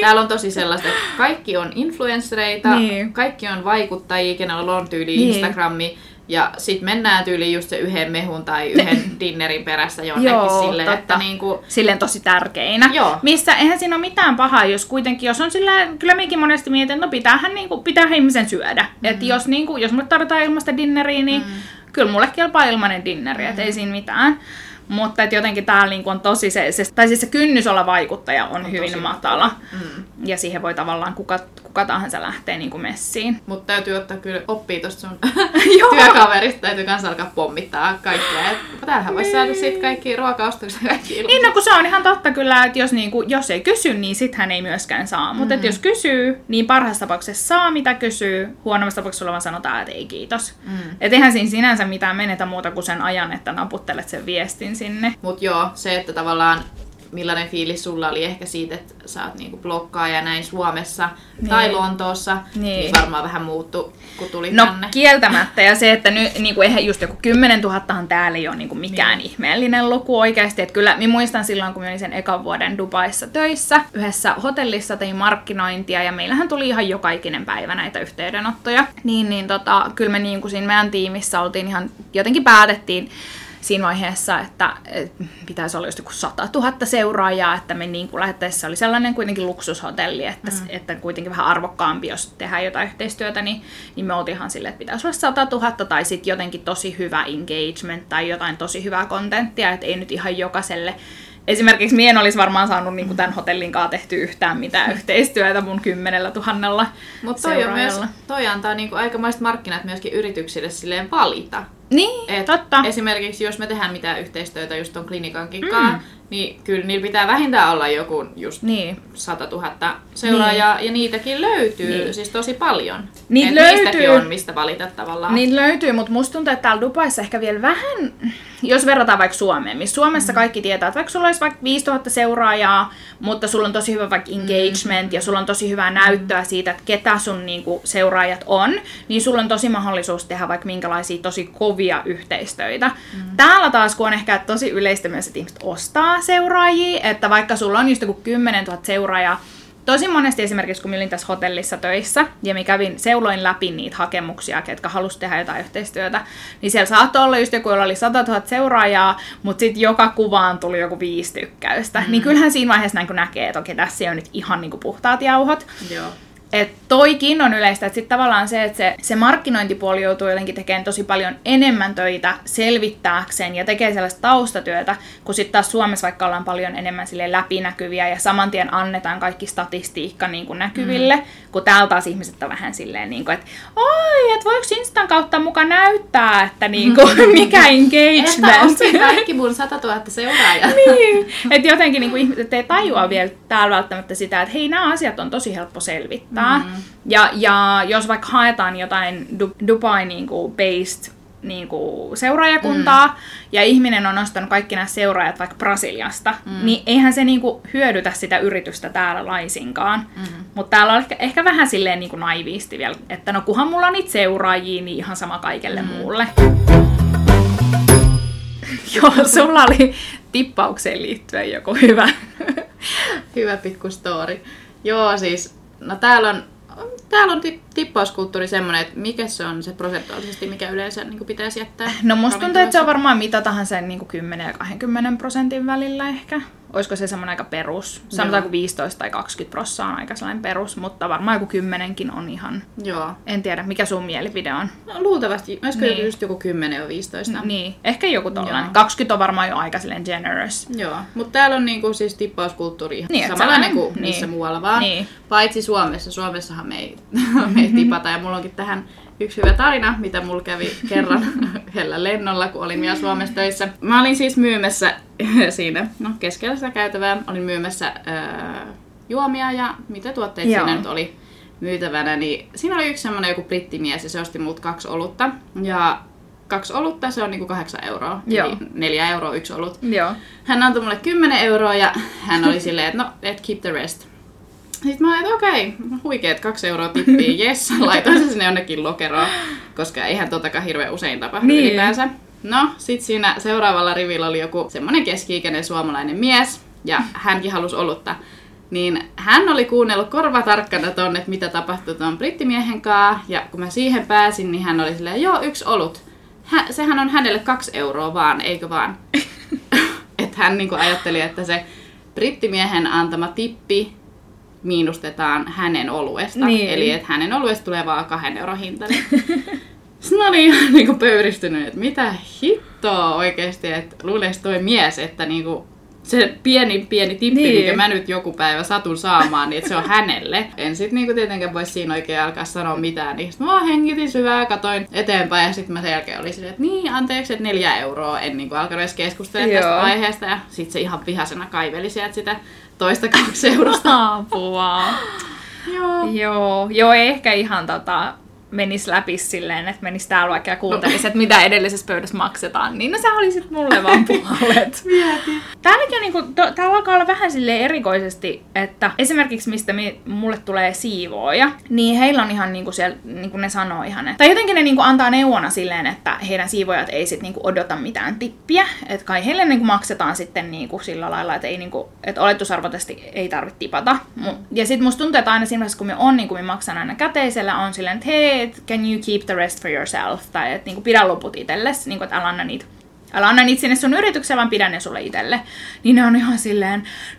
Täällä on tosi sellaista, että kaikki on influenssereita, niin. kaikki on vaikuttajia, kenellä on tyyli niin. Instagrammi. Ja sit mennään tyyliin just se yhden mehun tai yhden dinnerin perässä jonnekin silleen, että niinku... Silleen tosi tärkeinä. Joo. Missä eihän siinä ole mitään pahaa, jos kuitenkin, jos on silleen, kyllä mekin monesti mietin, että no pitäähän, niinku, pitäähän ihmisen syödä. Mm-hmm. Että jos, niinku, jos mulle tarvitaan ilmaista dinneriä, niin mm-hmm. kyllä mulle kelpaa ilmainen dinneri, mm-hmm. että ei siinä mitään. Mutta et jotenkin täällä niinku on tosi se, se, tai siis se kynnys olla vaikuttaja on, on hyvin matala. Mm. Ja siihen voi tavallaan kuka, kuka tahansa lähtee niinku messiin. Mutta täytyy ottaa kyllä oppia tosta sun työkaverista, täytyy kanssa alkaa pommittaa kaikkea. Täällähän voisi saada sit kaikki ruokaostokset ja kaikki ilmaiset. Niin no kun se on ihan totta kyllä, että jos, niinku, jos ei kysy, niin sit hän ei myöskään saa. Mutta mm-hmm. jos kysyy, niin parhaassa tapauksessa saa mitä kysyy. Huonommassa tapauksessa sulla vaan sanotaan, että ei kiitos. Mm. Et eihän siinä sinänsä mitään menetä muuta kuin sen ajan, että naputtelet sen viestin sinne. Mut joo, se, että tavallaan millainen fiilis sulla oli ehkä siitä, että sä oot niinku blokkaaja näin Suomessa niin. tai Lontoossa, niin. niin varmaan vähän muuttu, kun tuli no, tänne. No kieltämättä, ja se, että nyt niinku, eihän just joku kymmenen tuhattahan täällä ei ole niinku mikään niin. ihmeellinen luku oikeasti. Että kyllä, minä muistan silloin, kun minä olin sen ekan vuoden Dubaissa töissä, yhdessä hotellissa tein markkinointia, ja meillähän tuli ihan joka ikinen päivä näitä yhteydenottoja. Niin, niin tota, kyllä me niinku siinä meidän tiimissä oltiin ihan, jotenkin päätettiin, siinä vaiheessa, että pitäisi olla just joku sata tuhatta seuraajaa, että me niin kuin lähettäessä oli sellainen kuitenkin luksushotelli, että, mm. että kuitenkin vähän arvokkaampi, jos tehdään jotain yhteistyötä, niin, niin me oltiin ihan silleen, että pitäisi olla sata tuhatta tai sitten jotenkin tosi hyvä engagement tai jotain tosi hyvää kontenttia, että ei nyt ihan jokaiselle. Esimerkiksi mie en olisi varmaan saanut niin kuin tämän hotellin kanssa tehty yhtään mitään yhteistyötä mun kymmenellä tuhannella Mutta toi, myös, toi antaa niin kuin aikamoiset markkinat myöskin yrityksille silleen valita. Niin, et totta. Esimerkiksi jos me tehdään mitään yhteistyötä just ton klinikankin mm. kanssa, niin kyllä niillä pitää vähintään olla joku just niin. sata tuhatta seuraajaa, niin. ja niitäkin löytyy niin. siis tosi paljon. Niitä löytyy. Niistäkin on mistä valita tavallaan. Niitä löytyy, mutta musta tuntuu, että täällä Dubaissa ehkä vielä vähän, jos verrataan vaikka Suomeen, missä Suomessa mm. kaikki tietää, että vaikka sulla olisi vaikka viisituhatta seuraajaa, mutta sulla on tosi hyvä vaikka engagement, mm. ja sulla on tosi hyvää näyttöä siitä, että ketä sun niinku, seuraajat on, niin sulla on tosi mahdollisuus tehdä vaikka minkälaisia tosi kovia yhteistöitä. Mm. Täällä taas, kun on ehkä tosi yleistä myös, että ihmiset ostaa seuraajia, että vaikka sulla on just joku kymmenen tuhatta seuraajaa, tosi monesti esimerkiksi, kun mä olin tässä hotellissa töissä, ja mä kävin seuloin läpi niitä hakemuksia, ketkä halusi tehdä jotain yhteistyötä, niin siellä saattoi olla just joku, jolla oli sata tuhatta seuraajaa, mutta sitten joka kuvaan tuli joku viisi tykkäystä. Mm. Niin kyllähän siinä vaiheessa näin, kun näkee, että okei, tässä on nyt ihan niinku puhtaat jauhot. Joo. Että toikin on yleistä, että sitten tavallaan se, että se, se markkinointipuoli joutuu jotenkin tekemään tosi paljon enemmän töitä selvittääkseen ja tekee sellaista taustatyötä, kun sitten taas Suomessa vaikka ollaan paljon enemmän läpinäkyviä ja saman tien annetaan kaikki statistiikka niin kuin näkyville, mm. kun täällä taas ihmiset on vähän silleen, niin kuin, että oi, että voiko Instan kautta mukaan näyttää, että niin kuin, mikä engagement. Että kaikki mun sata tuhatta seuraajaa. Niin, että jotenkin niin kuin, ihmiset ei tajua vielä täällä välttämättä sitä, että hei, nämä asiat on tosi helppo selvittää. Mm-hmm. Ja, ja jos vaikka haetaan jotain Dubai niinku based niinku seuraajakuntaa, mm. ja ihminen on ostanut kaikki nämä seuraajat vaikka Brasiliasta, mm. niin eihän se niinku hyödytä sitä yritystä täällä laisinkaan. Mm. Mutta täällä on ehkä, ehkä vähän silleen niinku naiviisti vielä, että no kunhan mulla on niitä seuraajia, niin ihan sama kaikelle mm. muulle. Joo, sulla oli tippaukseen liittyen joku hyvä. Hyvä pikku story. Joo, siis no täällä on, täällä on tippauskulttuuri semmoinen, että mikä se on se prosentuaalisesti, mikä yleensä niin pitäisi jättää. No musta tuntuu, että se on varmaan mitä tahansa niin kymmenen ja kaksikymmentä prosentin välillä ehkä. Olisiko se semmoinen aika perus? Sanotaanko viisitoista tai kaksikymmentä prosenttia on aika sellainen perus, mutta varmaan joku kymmenenkin on ihan... Joo. En tiedä, mikä sun mielipide on? No, luultavasti. Olisiko niin. just joku kymmenen ja viisitoista? Niin, ehkä joku tollainen. kaksikymmentä on varmaan jo aika silleen generous. Joo, mutta täällä on niinku siis tippauskulttuuri niin, samanlainen kuin niin. missä muualla vaan. Niin. Paitsi Suomessa. Suomessahan me ei, me ei tipata ja mulla onkin tähän yksi hyvä tarina, mitä mulla kävi kerran yhdellä lennolla, kun olin vielä Suomessa töissä. Mä olin siis myymässä siinä, no keskellä sitä käytävää, olin myymässä öö, juomia ja mitä tuotteita Joo. siinä nyt oli myytävänä. Niin siinä oli yksi semmoinen joku brittimies ja se osti multa kaksi olutta. Ja kaksi olutta, se on niinku kahdeksan euroa, Joo. eli neljä euroa yksi olut. Joo. Hän antoi mulle kymmenen euroa ja hän oli silleen, että no, let's keep the rest. Sitten mä olin, että okei, huikeet kaksi euroa tippiin, jes, laitoin se sinne jonnekin lokeroon, koska eihän totakaan hirveän usein tapahdu niin. ylipäänsä. No, sit siinä seuraavalla rivillä oli joku semmonen keski-ikäinen suomalainen mies, ja hänkin halusi olutta. Niin hän oli kuunnellut korvatarkkana ton, että mitä tapahtui ton brittimiehen kanssa. Ja kun mä siihen pääsin, niin hän oli silleen, joo, yksi olut. Hä, sehän on hänelle kaksi euroa vaan, eikö vaan? Että hän niinku ajatteli, että se brittimiehen antama tippi miinustetaan hänen oluesta. Niin. Eli että hänen oluesta tulee vaan kahden euron hinta. Sitten mä olin ihan niinku pöyristynyt, että mitä hittoa oikeesti, että luuleeko toi mies, että niinku se pieni pieni tippi, niin. Mikä mä nyt joku päivä satun saamaan, niin että se on hänelle. En sit niinku tietenkään voi siinä oikein alkaa sanoa mitään, niin sit mä vaan hengitin syvää, katoin eteenpäin ja sit mä sen jälkeen olin silleen, että niin anteeksi, että neljä euroa, en niinku alkanut edes keskustella tästä aiheesta ja sit se ihan vihasena kaiveli sieltä sitä toista kaksi eurosta. Apua. Joo. Joo, joo, ei ehkä ihan tota menisi läpi silleen, että menisi täällä vaikka ja kuuntelisi, että mitä edellisessä pöydässä maksetaan, niin no sä olisit mulle vaan puolet. Täälläkin on niinku, to, täällä alkaa olla vähän silleen erikoisesti, että esimerkiksi mistä mi, mulle tulee siivooja, niin heillä on ihan niinku siellä, niinku ne sanoo ihan, että, tai jotenkin ne niinku antaa neuvona silleen, että heidän siivoojat ei sit niinku odota mitään tippiä, että kai heille niinku maksetaan sitten niinku sillä lailla, että, ei niinku, että oletusarvoisesti ei tarvitse tipata. Ja sit musta tuntuu, että aina siinä vaiheessa, kun me on, niin kun me maksan aina käteisellä, on silleen, että hei, can you keep the rest for yourself? Tai että niinku, pidä loput itsellesi, niinku, että älä anna niitä. Älä anna niitä sinne sun yritykseen, vaan pidä ne sulle itselle. Niin ne on ihan silleen,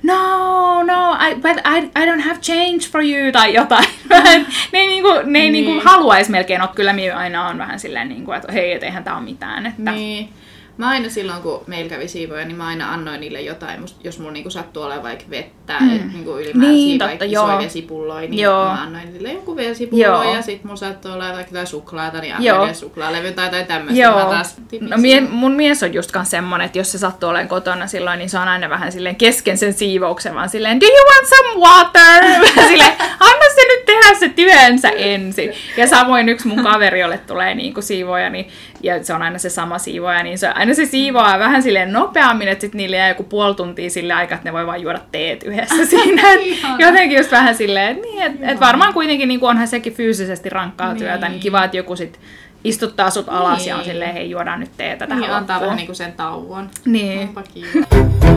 no, no, I, but I, I don't have change for you, tai jotain. ne ei, niinku, ne ei niin. niinku, haluaisi melkein ole, kyllä minä aina on vähän silleen, niinku, että hei, et eihän tää ole mitään. Että niin. Mä aina silloin, kun meillä kävi siivoja, niin mä aina annoin niille jotain, jos mulla niinku sattuu olemaan vaikka vettä, mm. että niinku ylimääräisiä vaikka isoja vesipulloja, niin joo. Mä annoin niille joku vesipullo ja sit mun sattuu olemaan vaikka jotain suklaata, niin annoin niille suklaalevy tai jotain tämmöistä. Mä taas no, mie, mun mies on just kans semmonen, että jos se sattuu olemaan kotona silloin, niin se on aina vähän silleen kesken sen siivouksen, vaan silleen, do you want some water? silleen, anna se nyt tehdä se työnsä ensin. Ja samoin yksi mun kaveri, jolle tulee niinku siivoja, niin, ja se on aina se sama siivoja, niin se aina se siivoaa vähän silleen nopeammin, että sit niille jää joku puoli tuntia sille aikaa, että ne voi vaan juoda teet yhdessä siinä. Jotenkin just vähän silleen, että niin, et, et varmaan kuitenkin niin onhan sekin fyysisesti rankkaa niin. työtä, niin kiva, että joku sit istuttaa sut alas niin. ja on silleen, hei juodaan nyt teetä tähän niin, antaa vähän niinku sen tauon. Niin. Onpa kiva.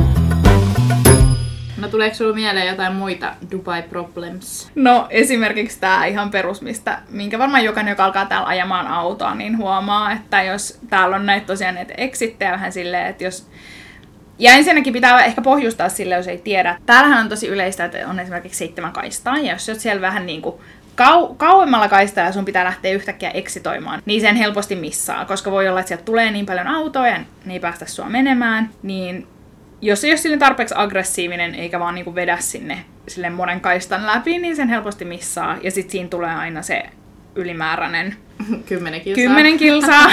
No tuleeko sulla mieleen jotain muita Dubai Problems? No esimerkiksi tää ihan perus, mistä, minkä varmaan jokainen, joka alkaa täällä ajamaan autoa, niin huomaa, että jos täällä on näitä tosiaan näitä exittejä vähän silleen, että jos... Ja ensinnäkin pitää ehkä pohjustaa sille, jos ei tiedä. Täällähän on tosi yleistä, että on esimerkiksi seitsemän kaistaa, ja jos oot siellä vähän niin kuin kau- kauemmalla kaistaa ja sun pitää lähteä yhtäkkiä exitoimaan, niin sen helposti missaa, koska voi olla, että sieltä tulee niin paljon autoja, ne ei päästä sua menemään, niin... Jos ei ole sille tarpeeksi aggressiivinen eikä vaan niinku vedä sinne sille monen kaistan läpi, niin sen helposti missaa. Ja sit siinä tulee aina se ylimääräinen kymmenen kilsaa. Kymmenen kilsaa.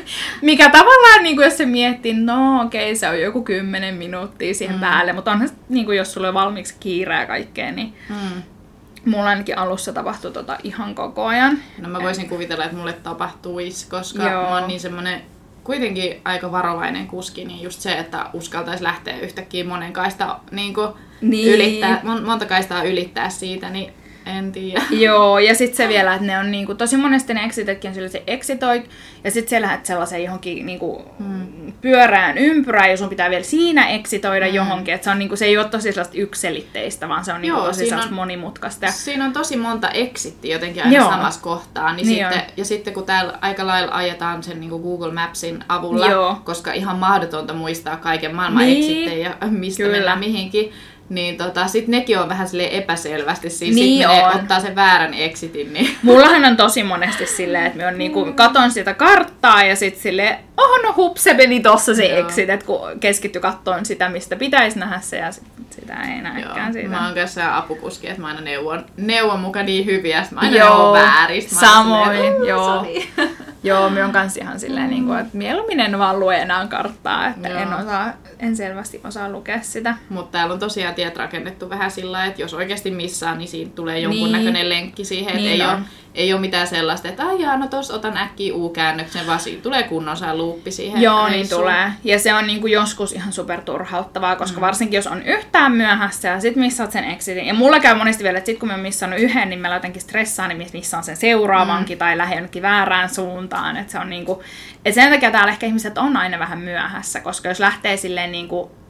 Mikä tavallaan, niinku, jos se miettii, no okei, okay, se on joku kymmenen minuuttia siihen mm. päälle. Mutta onhan niinku, jos sulla on valmiiksi kiire ja kaikkea, niin mm. mulla ainakin alussa tapahtui tota ihan koko ajan. No mä voisin kuvitella, että mulle tapahtuisi, koska Joo. mä oon niin semmonen... kuitenkin aika varovainen kuski, niin just se, että uskaltaisi lähteä yhtäkkiä monen kaista niin niin. ylittää, monta kaistaa ylittää siitä, niin en tiedä. Joo, ja sitten se vielä, että ne on niinku, tosi monesti ne exitetkin on sillä, se exitoit, ja sitten sä lähdet sellaiseen johonkin niinku, hmm. pyörään ympyrään, ja sun pitää vielä siinä exitoida hmm. johonkin, että se, on, niinku, se ei ole tosi sellaista yksiselitteistä, vaan se on niinku, Joo, tosi sellaista on, monimutkaista. Siinä on tosi monta exittiä jotenkin aina Joo. samassa kohtaa, niin niin sitten, ja sitten kun täällä aika lailla ajetaan sen niinku Google Mapsin avulla, Joo. koska ihan mahdotonta muistaa kaiken maailman niin. exittejä ja mistä Kyllä. mennään mihinkin, niin tota, sit nekin on vähän silleen epäselvästi, siis niin sit ne ottaa sen väärän exitin. Niin. Mullahan on tosi monesti silleen, että mä on niinku, katon sitä karttaa ja sit silleen, oh no hups, se meni tossa se Joo. exit, että kun keskitty kattoon sitä, mistä pitäisi nähdä se ja sit, sitä ei näekään siitä. Mä oon kanssa apukuski, että mä aina neuvon, neuvon mukaan niin hyviä, mä aina joo, neuvon vääristä. Samoin, silleen, joo. Joo, mä oon kans ihan silleen, mm. että mieluummin en vaan lue enää karttaa, että en, osaa, en selvästi osaa lukea sitä. Mutta täällä on tosiaan tiet rakennettu vähän sillä, että jos oikeasti missaa, niin siinä tulee jonkunnäköinen niin. lenkki siihen, että niin ei, ole, ei ole mitään sellaista, että aijaa, no tos otan äkkiä U-käännöksen, vaan siinä tulee kunnon saa luuppi siihen. Joo, reissuun. Niin tulee. Ja se on niinku joskus ihan superturhauttavaa, koska mm. varsinkin jos on yhtään myöhässä ja sit missaat sen exitin. Ja mulla käy monesti vielä, että sit kun mä oon missannut yhden, niin mä jotenkin stressaan, niin missaan sen seuraavankin mm. tai lähden jonnekin väärään suuntaan. Että se on niinku, et sen takia täällä ehkä ihmiset on aina vähän myöhässä, koska jos lähtee silleen niinku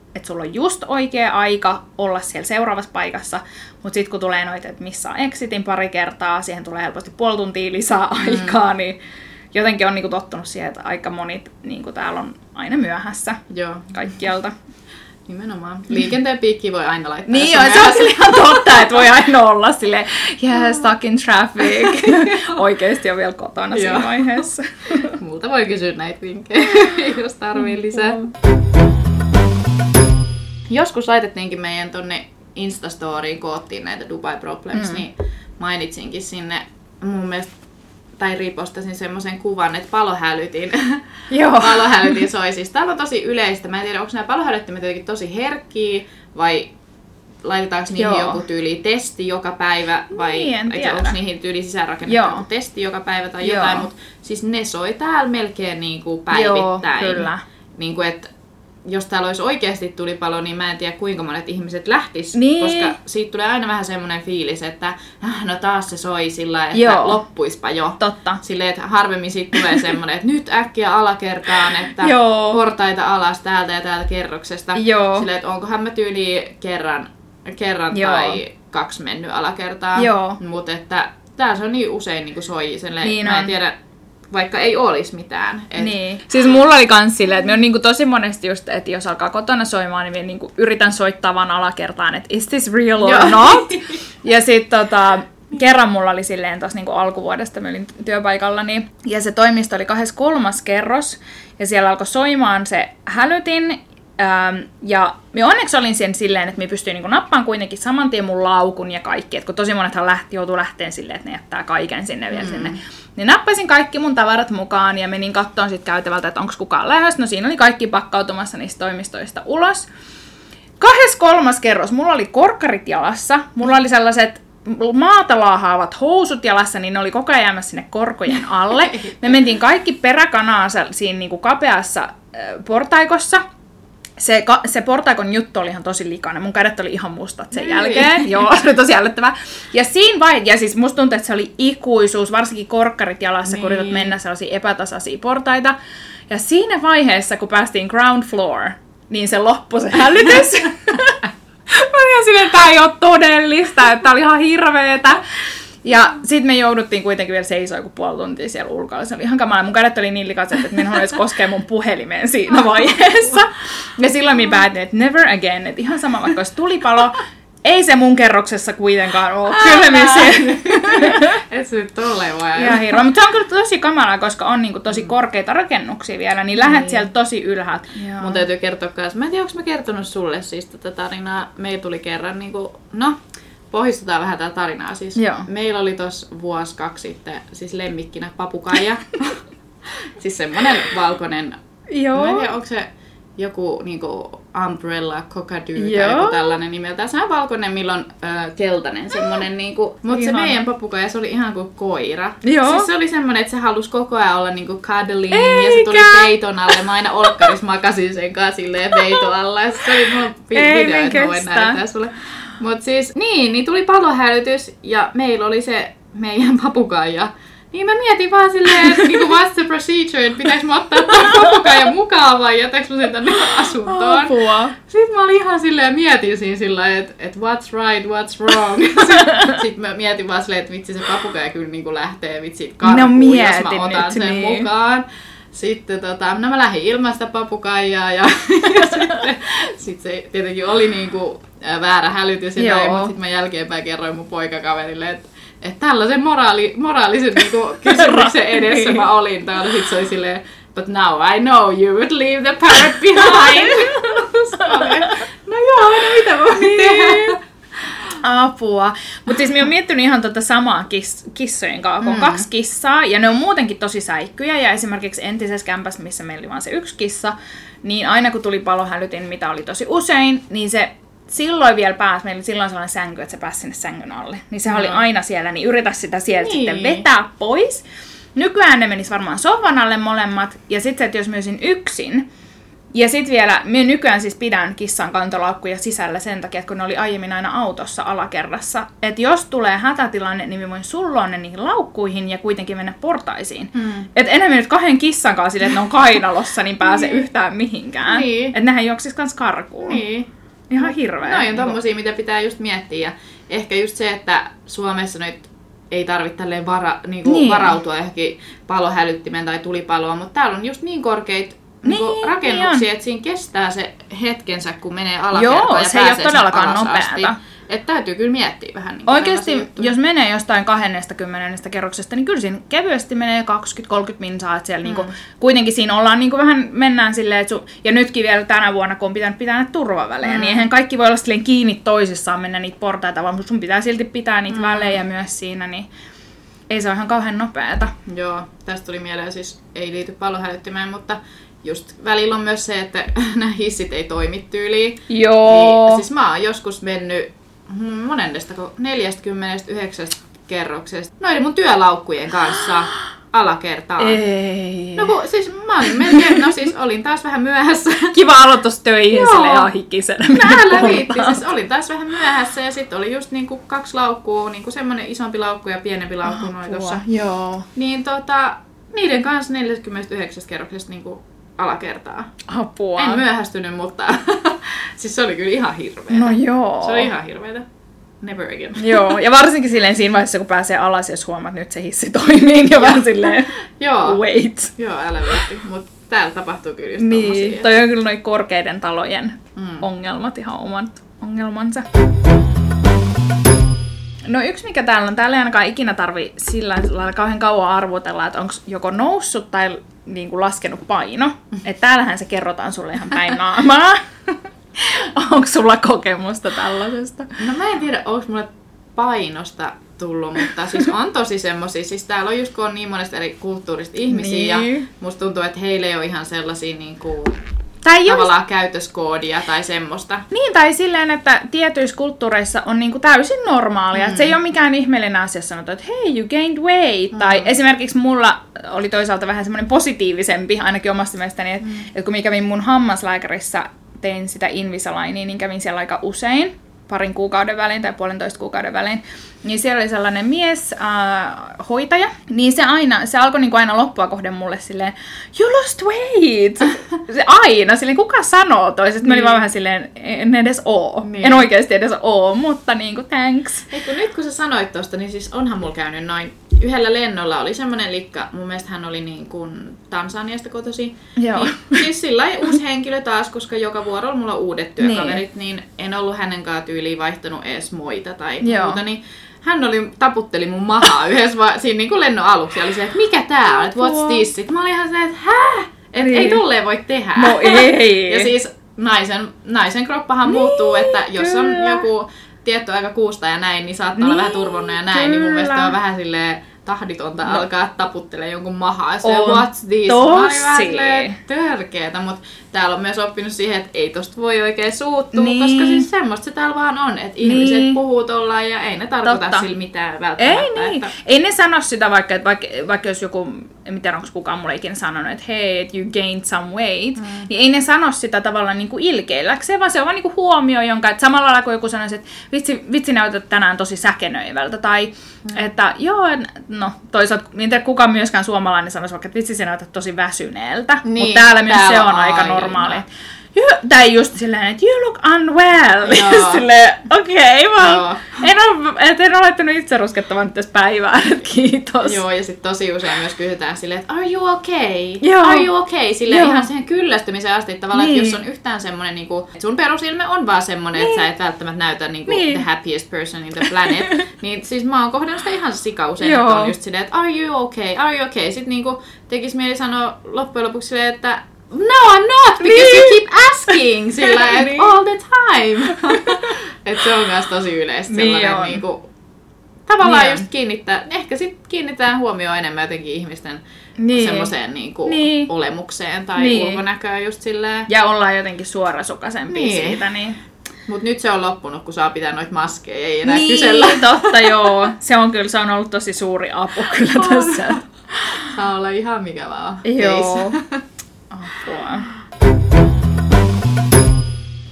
että sulla on just oikea aika olla siellä seuraavassa paikassa, mutta sitten kun tulee noita, että missä on exitin pari kertaa, siihen tulee helposti puoli tuntia lisää aikaa, mm. niin jotenkin on niinku tottunut siihen, että aika moni niinku täällä on aina myöhässä Joo. kaikkialta. Nimenomaan. Liikenteen piikki voi aina laittaa. Niin joo, se on ihan totta, että voi aina olla silleen, yeah, stuck in traffic. Oikeesti on vielä kotona siinä vaiheessa. Multa voi kysyä näitä vinkkejä, jos tarvii lisää. Joskus laitettiinkin meidän tonne Instastoriin, koottiin näitä Dubai Problems, mm. niin mainitsinkin sinne mun mielestä, tai ripostasin semmoisen kuvan, että palohälytin, palohälytin soi. Siis täällä on tosi yleistä. Mä en tiedä, onko nämä palohälyttimet jotenkin tosi herkkiä, vai laitetaanko niihin Joo. joku tyyli testi joka päivä, vai niin, onko niihin tyyli sisäänrakennettu joku testi joka päivä tai Joo. jotain, mutta siis ne soi täällä melkein niin kuin päivittäin. Joo, kyllä. Niin kuin, että jos täällä olisi oikeasti tulipalo, niin mä en tiedä kuinka monet ihmiset lähtis, niin. koska siitä tulee aina vähän semmoinen fiilis, että no taas se soi sillä, että Joo. loppuispa jo. Totta. Silleen, että harvemmin siitä tulee semmoinen, että nyt äkkiä alakertaan, että Joo. portaita alas täältä ja täältä kerroksesta. Joo. Silleen, että onkohan mä tyyli kerran, kerran tai kaksi mennyt alakertaan. Mutta että täällä se on niin usein niin kuin soi. Silleen, niin mä en tiedä, vaikka ei olisi mitään. Et... Niin. Siis mulla oli kans silleen, että me on niinku tosi monesti just, että jos alkaa kotona soimaan, niin niinku yritän soittaa vaan alakertaan, että is this real or Joo. not? Ja sit tota, kerran mulla oli silleen tossa niinku alkuvuodesta, mä olin työpaikallani, ja se toimisto oli kahdeskymmeneskolmas kerros, ja siellä alkoi soimaan se hälytin, Ähm, ja me onneksi olin sen silleen, että me pystyin niin nappaan kuitenkin saman tien mun laukun ja kaikki, että kun tosi monethan lähti, joutuu lähteen silleen, että ne jättää kaiken sinne vielä mm. sinne. Niin nappasin kaikki mun tavarat mukaan ja menin kattoon sit käytävältä, että onko kukaan lähdössä. No siinä oli kaikki pakkautumassa niistä toimistoista ulos. kahdeskymmeneskolmas kerros, mulla oli korkkarit jalassa, mulla oli sellaiset maata laahaavat housut jalassa, niin ne oli koko ajan jäämässä sinne korkojen alle. Me mentiin kaikki peräkanaan siinä niin kuin kapeassa äh, portaikossa. Se, se portaikon juttu oli ihan tosi likainen. Mun kädet oli ihan mustat sen jälkeen. Joo, se oli tosi älyttävää. Ja siinä vaiheessa, ja siis musta tuntuu, että se oli ikuisuus, varsinkin korkkarit jalassa, niin. kun yrität mennä sellaisia epätasaisia portaita. Ja siinä vaiheessa, kun päästiin ground floor, niin se loppui se hälytys. Mä olin ihan silleen, että tää ei ole todellista, että tää oli ihan hirveetä. Ja sit me jouduttiin kuitenkin vielä seisoo joku puoli tuntia siellä ulkoilla. Se oli ihan kamala. Mun kädet oli niin likaiset, että minä edes koskee mun puhelimeen siinä vaiheessa. Ja silloin minä päätin, että never again. Että ihan sama, vaikka olisi tulipalo, ei se mun kerroksessa kuitenkaan ole. Kyllä me se. Et se nyt tolleen vaan. Ihan hirveä. Mutta se on kyllä tosi kamalaa, koska on niinku tosi korkeita rakennuksia vielä, niin lähdet niin. sieltä tosi ylhäältä. Mun täytyy kertoa kanssa. Mä en tiedä, onko mä kertonut sulle siis tätä tarinaa. Meillä tuli kerran niinku, no... Pohjustetaan vähän tätä tarinaa. Siis meillä oli tossa vuosi kaksi sitten siis lemmikkinä papukaija. Siis semmonen valkoinen. Joo. Mä en tiedä, onko se joku niinku umbrella cockadoo tai joku tällainen nimeltään. Se on valkoinen, milloin äh, keltainen semmonen niinku. Mut se meidän papukaija, se oli ihan kuin koira. Joo. Siis se oli semmonen, että se halusi koko ajan olla niinku cuddling. Eikä. Ja se tuli peiton alle. Mä aina olkkaris makasin sen kanssa silleen peiton alla. Ja se oli mun video, että mä voin näyttää sulle. Mut siis, niin, niin tuli palohälytys ja meillä oli se meidän papukaija. Niin mä mietin vaan silleen, että niinku what's the procedure, että pitäis mä ottaa tämän papukaijan mukaan vai jätäks mä sen tänne asuntoon. Apua. Sitten mä olin ihan silleen, mietin siinä silleen, että et what's right, what's wrong. Sitten sit mä mietin vaan silleen, että vitsi se papukaija kyllä niinku lähtee vitsi karkuun, no, jos mä otan nyt, sen niin. mukaan. Sitten tota, no mä lähdin ilman sitä papukaijaa ja, ja sitten sit se tietenkin oli niinku ä, väärä hälytys ja näin, mutta sitten mä jälkeenpäin kerroin mun poikakaverille, että et tällaisen moraali, moraalisen niinku kysymyksen edessä mä olin täällä. Sitten se oli silleen, but now I know you would leave the parrot behind. No joo, no mitä voi tehdä? Apua. Mutta siis mä oon miettinyt ihan tota samaa kiss- kissojen kanssa, kun on mm. kaksi kissaa, ja ne on muutenkin tosi säikkyjä, ja esimerkiksi entisessä kämpässä, missä meillä oli vaan se yksi kissa, niin aina kun tuli palohälytin, mitä oli tosi usein, niin se silloin vielä pääsi, meillä oli silloin sellainen sänky, että se pääsi sinne sängyn alle. Niin se mm. oli aina siellä, niin yritä sitä sieltä niin. sitten vetää pois. Nykyään ne menis varmaan sohvan alle molemmat, ja sitten, että jos mä olisin yksin, Ja sit vielä, minä nykyään siis pidän kissan kantolaukkuja sisällä sen takia, että kun ne oli aiemmin aina autossa alakerrassa. Että jos tulee hätätilanne, niin minä voin sulloa ne niihin laukkuihin ja kuitenkin mennä portaisiin. Mm. Että enemmän nyt kahden kissan kanssa sille, että ne on kainalossa, niin pääse niin. yhtään mihinkään. Niin. Että nehän juoksis kans karkuun. Niin. Ihan hirveä. Noi on tommosia, mitä pitää just miettiä. Ja ehkä just se, että Suomessa nyt ei tarvitse tälleen vara, niinku niin. varautua johonkin palohälyttimeen tai tulipaloon, mutta täällä on just niin korkeita niin, niin rakennuksia, niin että siinä kestää se hetkensä, kun menee alakertaan ja se pääsee ei ole todellakaan nopeata. Että täytyy kyllä miettiä vähän. Niin oikeasti, jos menee jostain kaksikymmentä kerroksesta, niin kyllä siinä kevyesti menee kaksikymmentä kolmekymmentä minsaa, että siellä mm. niinku, kuitenkin siinä ollaan niinku vähän, mennään silleen, että su, ja nytkin vielä tänä vuonna, kun on pitänyt pitää näitä turvavälejä, mm. niin eihän kaikki voi olla silleen kiinni toisissaan mennä niitä portaita, vaan sun pitää silti pitää niitä mm. välejä myös siinä, niin ei se ole ihan kauhean nopeata. Joo, tästä tuli mieleen, siis ei liity palohälyttimeen, mutta just välillä on myös se, että nämä hissit ei toimi tyyliin. Joo. Niin, siis mä oon joskus mennyt monennesta, neljäkymmentäyhdeksän kerroksesta noiden mun työlaukkujen kanssa alakertaan. Ei. No kun siis mä olin melkein, no siis olin taas vähän myöhässä. Kiva aloitus töihin silleen ihan hikisenä. Mä viitti, siis olin taas vähän myöhässä ja sitten oli just niinku kaksi laukkua, niinku semmonen isompi laukku ja pienempi laukku oh, noin tossa. Joo. Niin tota, niiden kanssa neljäkymmentäyhdeksän kerroksesta niinku alakertaa. Apua. En myöhästynyt, mutta siis se oli kyllä ihan hirveetä. No joo. Se oli ihan hirveetä. Never again. Joo, ja varsinkin silleen siinä vaiheessa, kun pääsee alas, jos huomaat, että nyt se hissi toimii, ja vähän silleen, joo. wait. Joo, älä viitti, mutta täällä tapahtuu kyllä just niin, tommosia. Toi on kyllä noi korkeiden talojen mm. ongelmat, ihan omat ongelmansa. No yksi mikä täällä on, täällä ei ainakaan ikinä tarvi sillä lailla kauhean kauan arvotella, että onko joko noussut tai niin kuin laskenut paino. Että täällähän se kerrotaan sulle ihan päin naamaa. Onko sulla kokemusta tällaisesta? No mä en tiedä, onko mulle painosta tullut, mutta siis on tosi semmosia. Siis täällä on just kun on niin monesta eri kulttuurista ihmisiä niin. Ja musta tuntuu, että heillä ei ole ihan sellaisia niinku tai tavallaan just käytöskoodia tai semmoista. Niin, tai silleen, että tietyissä kulttuureissa on niinku täysin normaalia. Mm. Se ei ole mikään ihmeellinen asia sanoa, että hei, you gained weight. Mm. Tai esimerkiksi mulla oli toisaalta vähän semmoinen positiivisempi, ainakin omasta mielestäni, että, mm. että kun mä kävin mun hammaslääkärissä, tein sitä Invisalignea, niin kävin siellä aika usein, parin kuukauden välein tai puolentoista kuukauden välein, niin siellä oli sellainen mies, äh, hoitaja, niin se aina, se alkoi niinku aina loppua kohden mulle silleen, you lost weight! Se aina, silleen kuka sanoo toiset, niin. Mä olin vaan vähän silleen, en edes oo, niin. En oikeasti edes oo, mutta niinku thanks. Ei, kun nyt kun sä sanoit tosta, niin siis onhan mulla käynyt noin. Yhdellä lennolla oli semmonen likka, mun mielestä hän oli niin kuin Tansaniasta kotosi. Joo. Niin, siis sillä uusi henkilö taas, koska joka vuorolla mulla on uudet työkaverit, niin, niin en ollut hänen kanssa tyyliin vaihtanut edes moita tai Joo. muuta. Niin hän oli, taputteli mun mahaa yhdessä va- siinä niin kuin lennon aluksi ja oli se, että mikä tää on, että what's this? Sitten mä olin ihan se, että hää? Et niin. Ei tolleen voi tehdä. No ei. Ja siis naisen, naisen kroppahan niin, muuttuu, että jos kyllä. on joku tietty aika kuusta ja näin, niin saattaa niin, olla vähän turvonnut ja näin, kyllä. Niin mun mielestä on vähän silleen tahditonta no. alkaa taputtelemaan jonkun mahaa. Ja se what's this? Tosi. Törkeetä, mutta täällä on myös oppinut siihen, että ei tosta voi oikein suuttua, niin. Koska siis semmoista se täällä vaan on, että niin. Ihmiset puhuu tollaan ja ei ne tarkoita Totta. Sillä mitään välttämättä. Ei niin. Että ei ne sano sitä vaikka, että vaikka, vaikka jos joku, en tiedä onko kukaan mulle ikinä sanonut, että hei, you gained some weight, mm. niin ei ne sano sitä tavallaan niinku ilkeilläkseen, vaan se on vaan niinku huomio, jonka, että samalla lailla kun joku sanoisi, että vitsi, vitsi näytät tänään tosi säkenöivältä, tai mm. että joo, no toisaalta, en tiedä kukaan myöskään suomalainen sanoisi vaikka, että vitsi sä näytät tosi väsyneeltä, niin, mutta täällä myös se on, on aika normaali. Tai just silleen, että you look unwell. Silleen, okei, okay, well, en ole, en ole laittanut itse ruskettavan tässä päivää, kiitos. Joo, ja sitten tosi usein myös kysytään silleen, että are you okay? Joo. Are you okay? Silleen Joo. ihan siihen kyllästymisen asti tavallaan, niin. Että jos on yhtään semmoinen, niin kuin, että sun perusilme on vaan semmoinen, niin. Että sä et välttämättä näytä niin kuin, niin. the happiest person in the planet, niin siis mä oon kohdannut sitä ihan sika usein, Joo. Että on just silleen, että are you okay? Are you okay? Sitten niin kuin, tekis mieli sanoa loppujen lopuksi silleen, että no, I'm not, because niin. You keep asking sillä niin. All the time. Että se on myös tosi yleistä sellainen niin niinku, tavallaan niin just kiinnittää, ehkä sit kiinnitetään huomioon enemmän jotenkin ihmisten niin. Semmoiseen niinku niin. Olemukseen tai niin. Ulkonäköön just silleen. Ja ollaan jotenkin suorasukaisempia niin. Siitä. Niin. Mut nyt se on loppunut, kun saa pitää noita maskeja, ei enää niin, kysellä. Totta joo. Se on kyllä, se on ollut tosi suuri apu kyllä tässä. Saa olla ihan mikä vaan. Joo. Apua.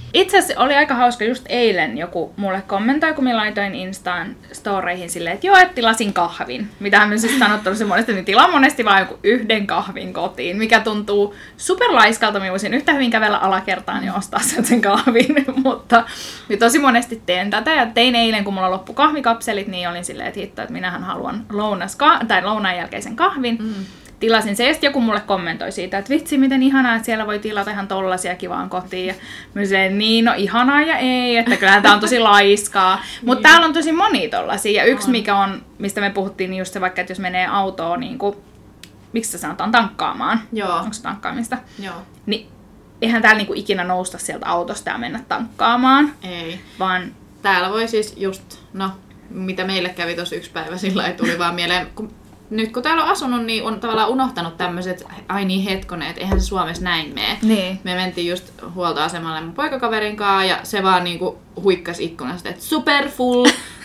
Itse asiassa oli aika hauska, just eilen joku mulle kommentoi, kun mä laitoin Instaan storeihin silleen, että joo, että tilasin kahvin. Mitähän mä siis sanottu se monesti, niin tilaan monesti vaan joku yhden kahvin kotiin, mikä tuntuu superlaiskalta. Mä voisin yhtä hyvin kävellä alakertaan ja ostaa sen, sen kahvin, mutta niin tosi monesti teen tätä. Ja tein eilen, kun mulla loppu kahvikapselit, niin olin silleen, että hitto, että minähän haluan lounas, tai lounaan jälkeisen kahvin. Mm. Tilasin se, ja sitten joku mulle kommentoi siitä, että vitsi, miten ihanaa, että siellä voi tilata ihan tollasia kivaan kotiin. Ja mä sanoin, niin, no ihanaa ja ei, että kyllähän tää on tosi laiskaa. Mutta täällä on tosi moni tollasia. Ja yksi, mikä on, mistä me puhuttiin, niin just se vaikka, että jos menee autoon, niin kuin, miksi se sanotaan, tankkaamaan. Joo. Onko se tankkaamista? Joo. Niin eihän täällä niinku ikinä nousta sieltä autosta ja mennä tankkaamaan. Ei. Vaan täällä voi siis just, no, mitä meille kävi tuossa yksi päivä, sillä ei tuli vaan mieleen, kun nyt kun täällä on asunut, niin on tavallaan unohtanut tämmöiset, ai niin hetkonen, että eihän se Suomessa näin mene. Niin. Me mentiin just huoltoasemalle mun poikakaverin kanssa ja se vaan niinku huikkasi ikkunasta, että super full.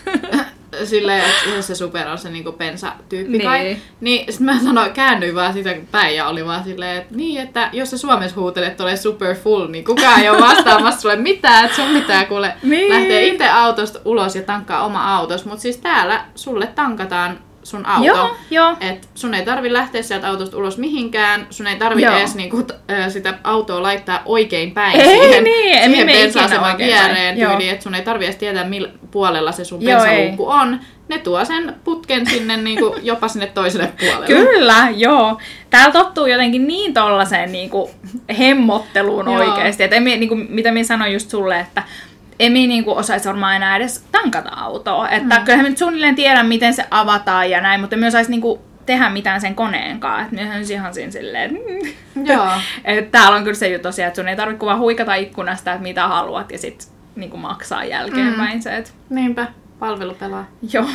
Silleen, että se super on se niinku pensa-tyyppi kai. Niin. Niin sit mä sanoin, käännyin vaan sitä päin ja oli vaan silleen, että niin, että jos sä Suomessa huutelet ole super full, niin kukaan ei ole vastaamassa sulle mitään, että sun pitää kuule niin. lähteä itse autosta ulos ja tankkaa oma autos. Mut siis täällä sulle tankataan sun auto. Joo, joo. Et sun ei tarvi lähteä sieltä autosta ulos mihinkään, sun ei tarvi joo. edes niinku, t- sitä autoa laittaa oikein päin ei, siihen, niin, siihen bensa-aseman viereen tyyliin, että sun ei tarvi edes tietää millä puolella se sun bensaluukku on. Ne tuo sen putken sinne niinku, jopa sinne toiselle puolelle. Kyllä, joo. Täällä tottuu jotenkin niin tollaiseen niinku hemmotteluun oikeesti. Et emi, niinku, mitä minä sanoin just sulle, että Emi niinku osaisi varmaan enää edes tankata autoa. Että mm. kyllähän nyt suunnilleen tiedän, miten se avataan ja näin, mutta emme osaisi niinku tehdä mitään sen koneen kanssa. Että minä olisi ihan siinä silleen, joo. että täällä on kyllä se juttu tosiaan, että sun ei tarvitse kuvaa huikata ikkunasta, että mitä haluat ja sitten niinku maksaa jälkeenpäin mm. se. Että niinpä, palvelu pelaa. Joo.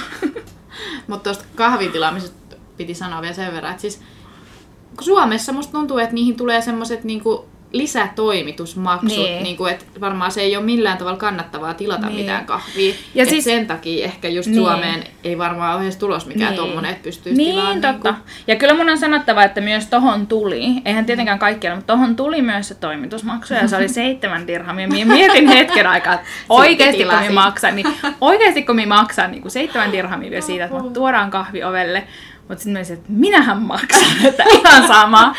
Mutta tuosta kahvitilaamisesta piti sanoa vielä sen verran, että siis Suomessa musta tuntuu, että niihin tulee semmoiset niinku lisätoimitusmaksut, niin. Niin kuin, että varmaan se ei ole millään tavalla kannattavaa tilata niin. mitään kahvia. Ja siis, sen takia ehkä just niin. Suomeen ei varmaan ole edes tulos mikään niin. tommonen, että pystyisi niin, tilaamaan. Totta. Niin kuin. Ja kyllä mun on sanottava, että myös tohon tuli, eihän tietenkään kaikkialla, mutta tohon tuli myös se toimitusmaksu ja se oli seitsemän dirhamia. Mie mietin hetken aikaa, että oikeasti kun minä maksan, niin oikeasti kun minä maksan niin kuin seitsemän dirhamia vielä siitä, että tuodaan kahvi ovelle. Mutta sitten mä olisin, että minähän maksan, että ihan sama.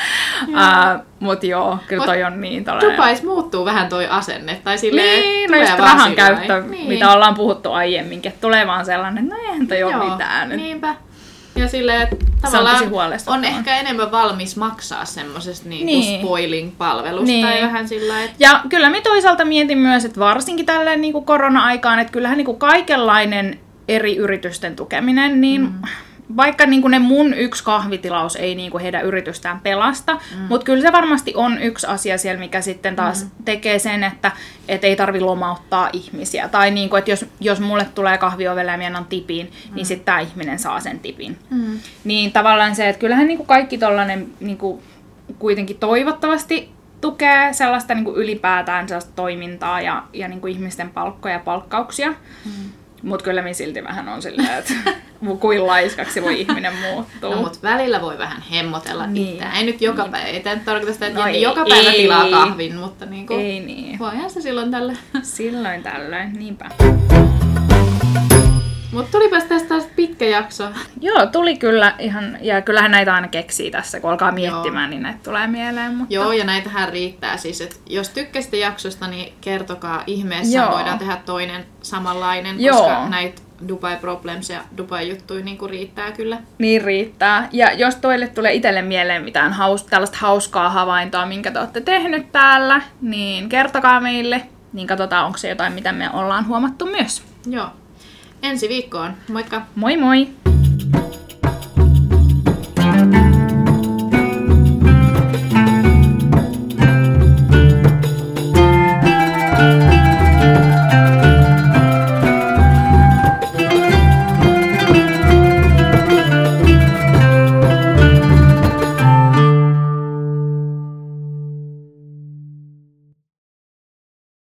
uh, Mutta joo, kyllä toi on niin tollainen. Dubais muuttuu vähän toi asenne. Tai silleen, niin, no just rahan käyttö, niin. mitä ollaan puhuttu aiemminkin. Että tulee vaan sellainen, että no eihän toi joo, ole mitään. Niinpä. Ja silleen, että tavallaan on, on ehkä enemmän valmis maksaa semmosesta niinku niin. spoiling-palvelusta. Niin. Tai vähän sillä, että ja kyllä mä toisaalta mietin myös, että varsinkin tälleen niinku korona-aikaan, että kyllähän niinku kaikenlainen eri yritysten tukeminen, niin mm. vaikka niin kuin ne mun yksi kahvitilaus ei niin kuin heidän yritystään pelasta, mm. mutta kyllä se varmasti on yksi asia siellä, mikä sitten taas mm. tekee sen, että et ei tarvi lomauttaa ihmisiä. Tai niin kuin, että jos, jos mulle tulee kahvi ovelle ja minä annan tipin, mm. niin sitten tämä ihminen saa sen tipin. Mm. Niin tavallaan se, että kyllähän niin kuin kaikki tollainen niin kuin kuitenkin toivottavasti tukee sellaista niin kuin ylipäätään sellaista toimintaa ja, ja niin kuin ihmisten palkkoja ja palkkauksia. Mm. Mutta kyllä minä silti vähän on silleen, että kuin laiskaksi voi ihminen muuttua. No, mutta välillä voi vähän hemmotella niin. itseään. Ei nyt joka niin. päivä. Ei tämä tarkoita sitä, että no ei, joka ei, päivä tilaa kahvin, mutta niinku, ei niin. voihan se silloin tällöin. Silloin tällöin, niinpä. Mutta tulipas tästä taas pitkä jakso. Joo, tuli kyllä ihan, ja kyllähän näitä aina keksii tässä, kun alkaa miettimään, Joo. niin näitä tulee mieleen. Mutta Joo, ja näitähän riittää siis, että jos tykkäsitte jaksosta, niin kertokaa ihmeessä, Joo. voidaan tehdä toinen samanlainen, Joo. koska näitä Dubai Problems ja Dubai juttuja niin riittää kyllä. Niin riittää. Ja jos toille tulee itselle mieleen mitään haus, tällaista hauskaa havaintoa, minkä te olette tehnyt täällä, niin kertokaa meille, niin katsotaan, onko se jotain, mitä me ollaan huomattu myös. Joo. Ensi viikkoon. Moikka! Moi moi!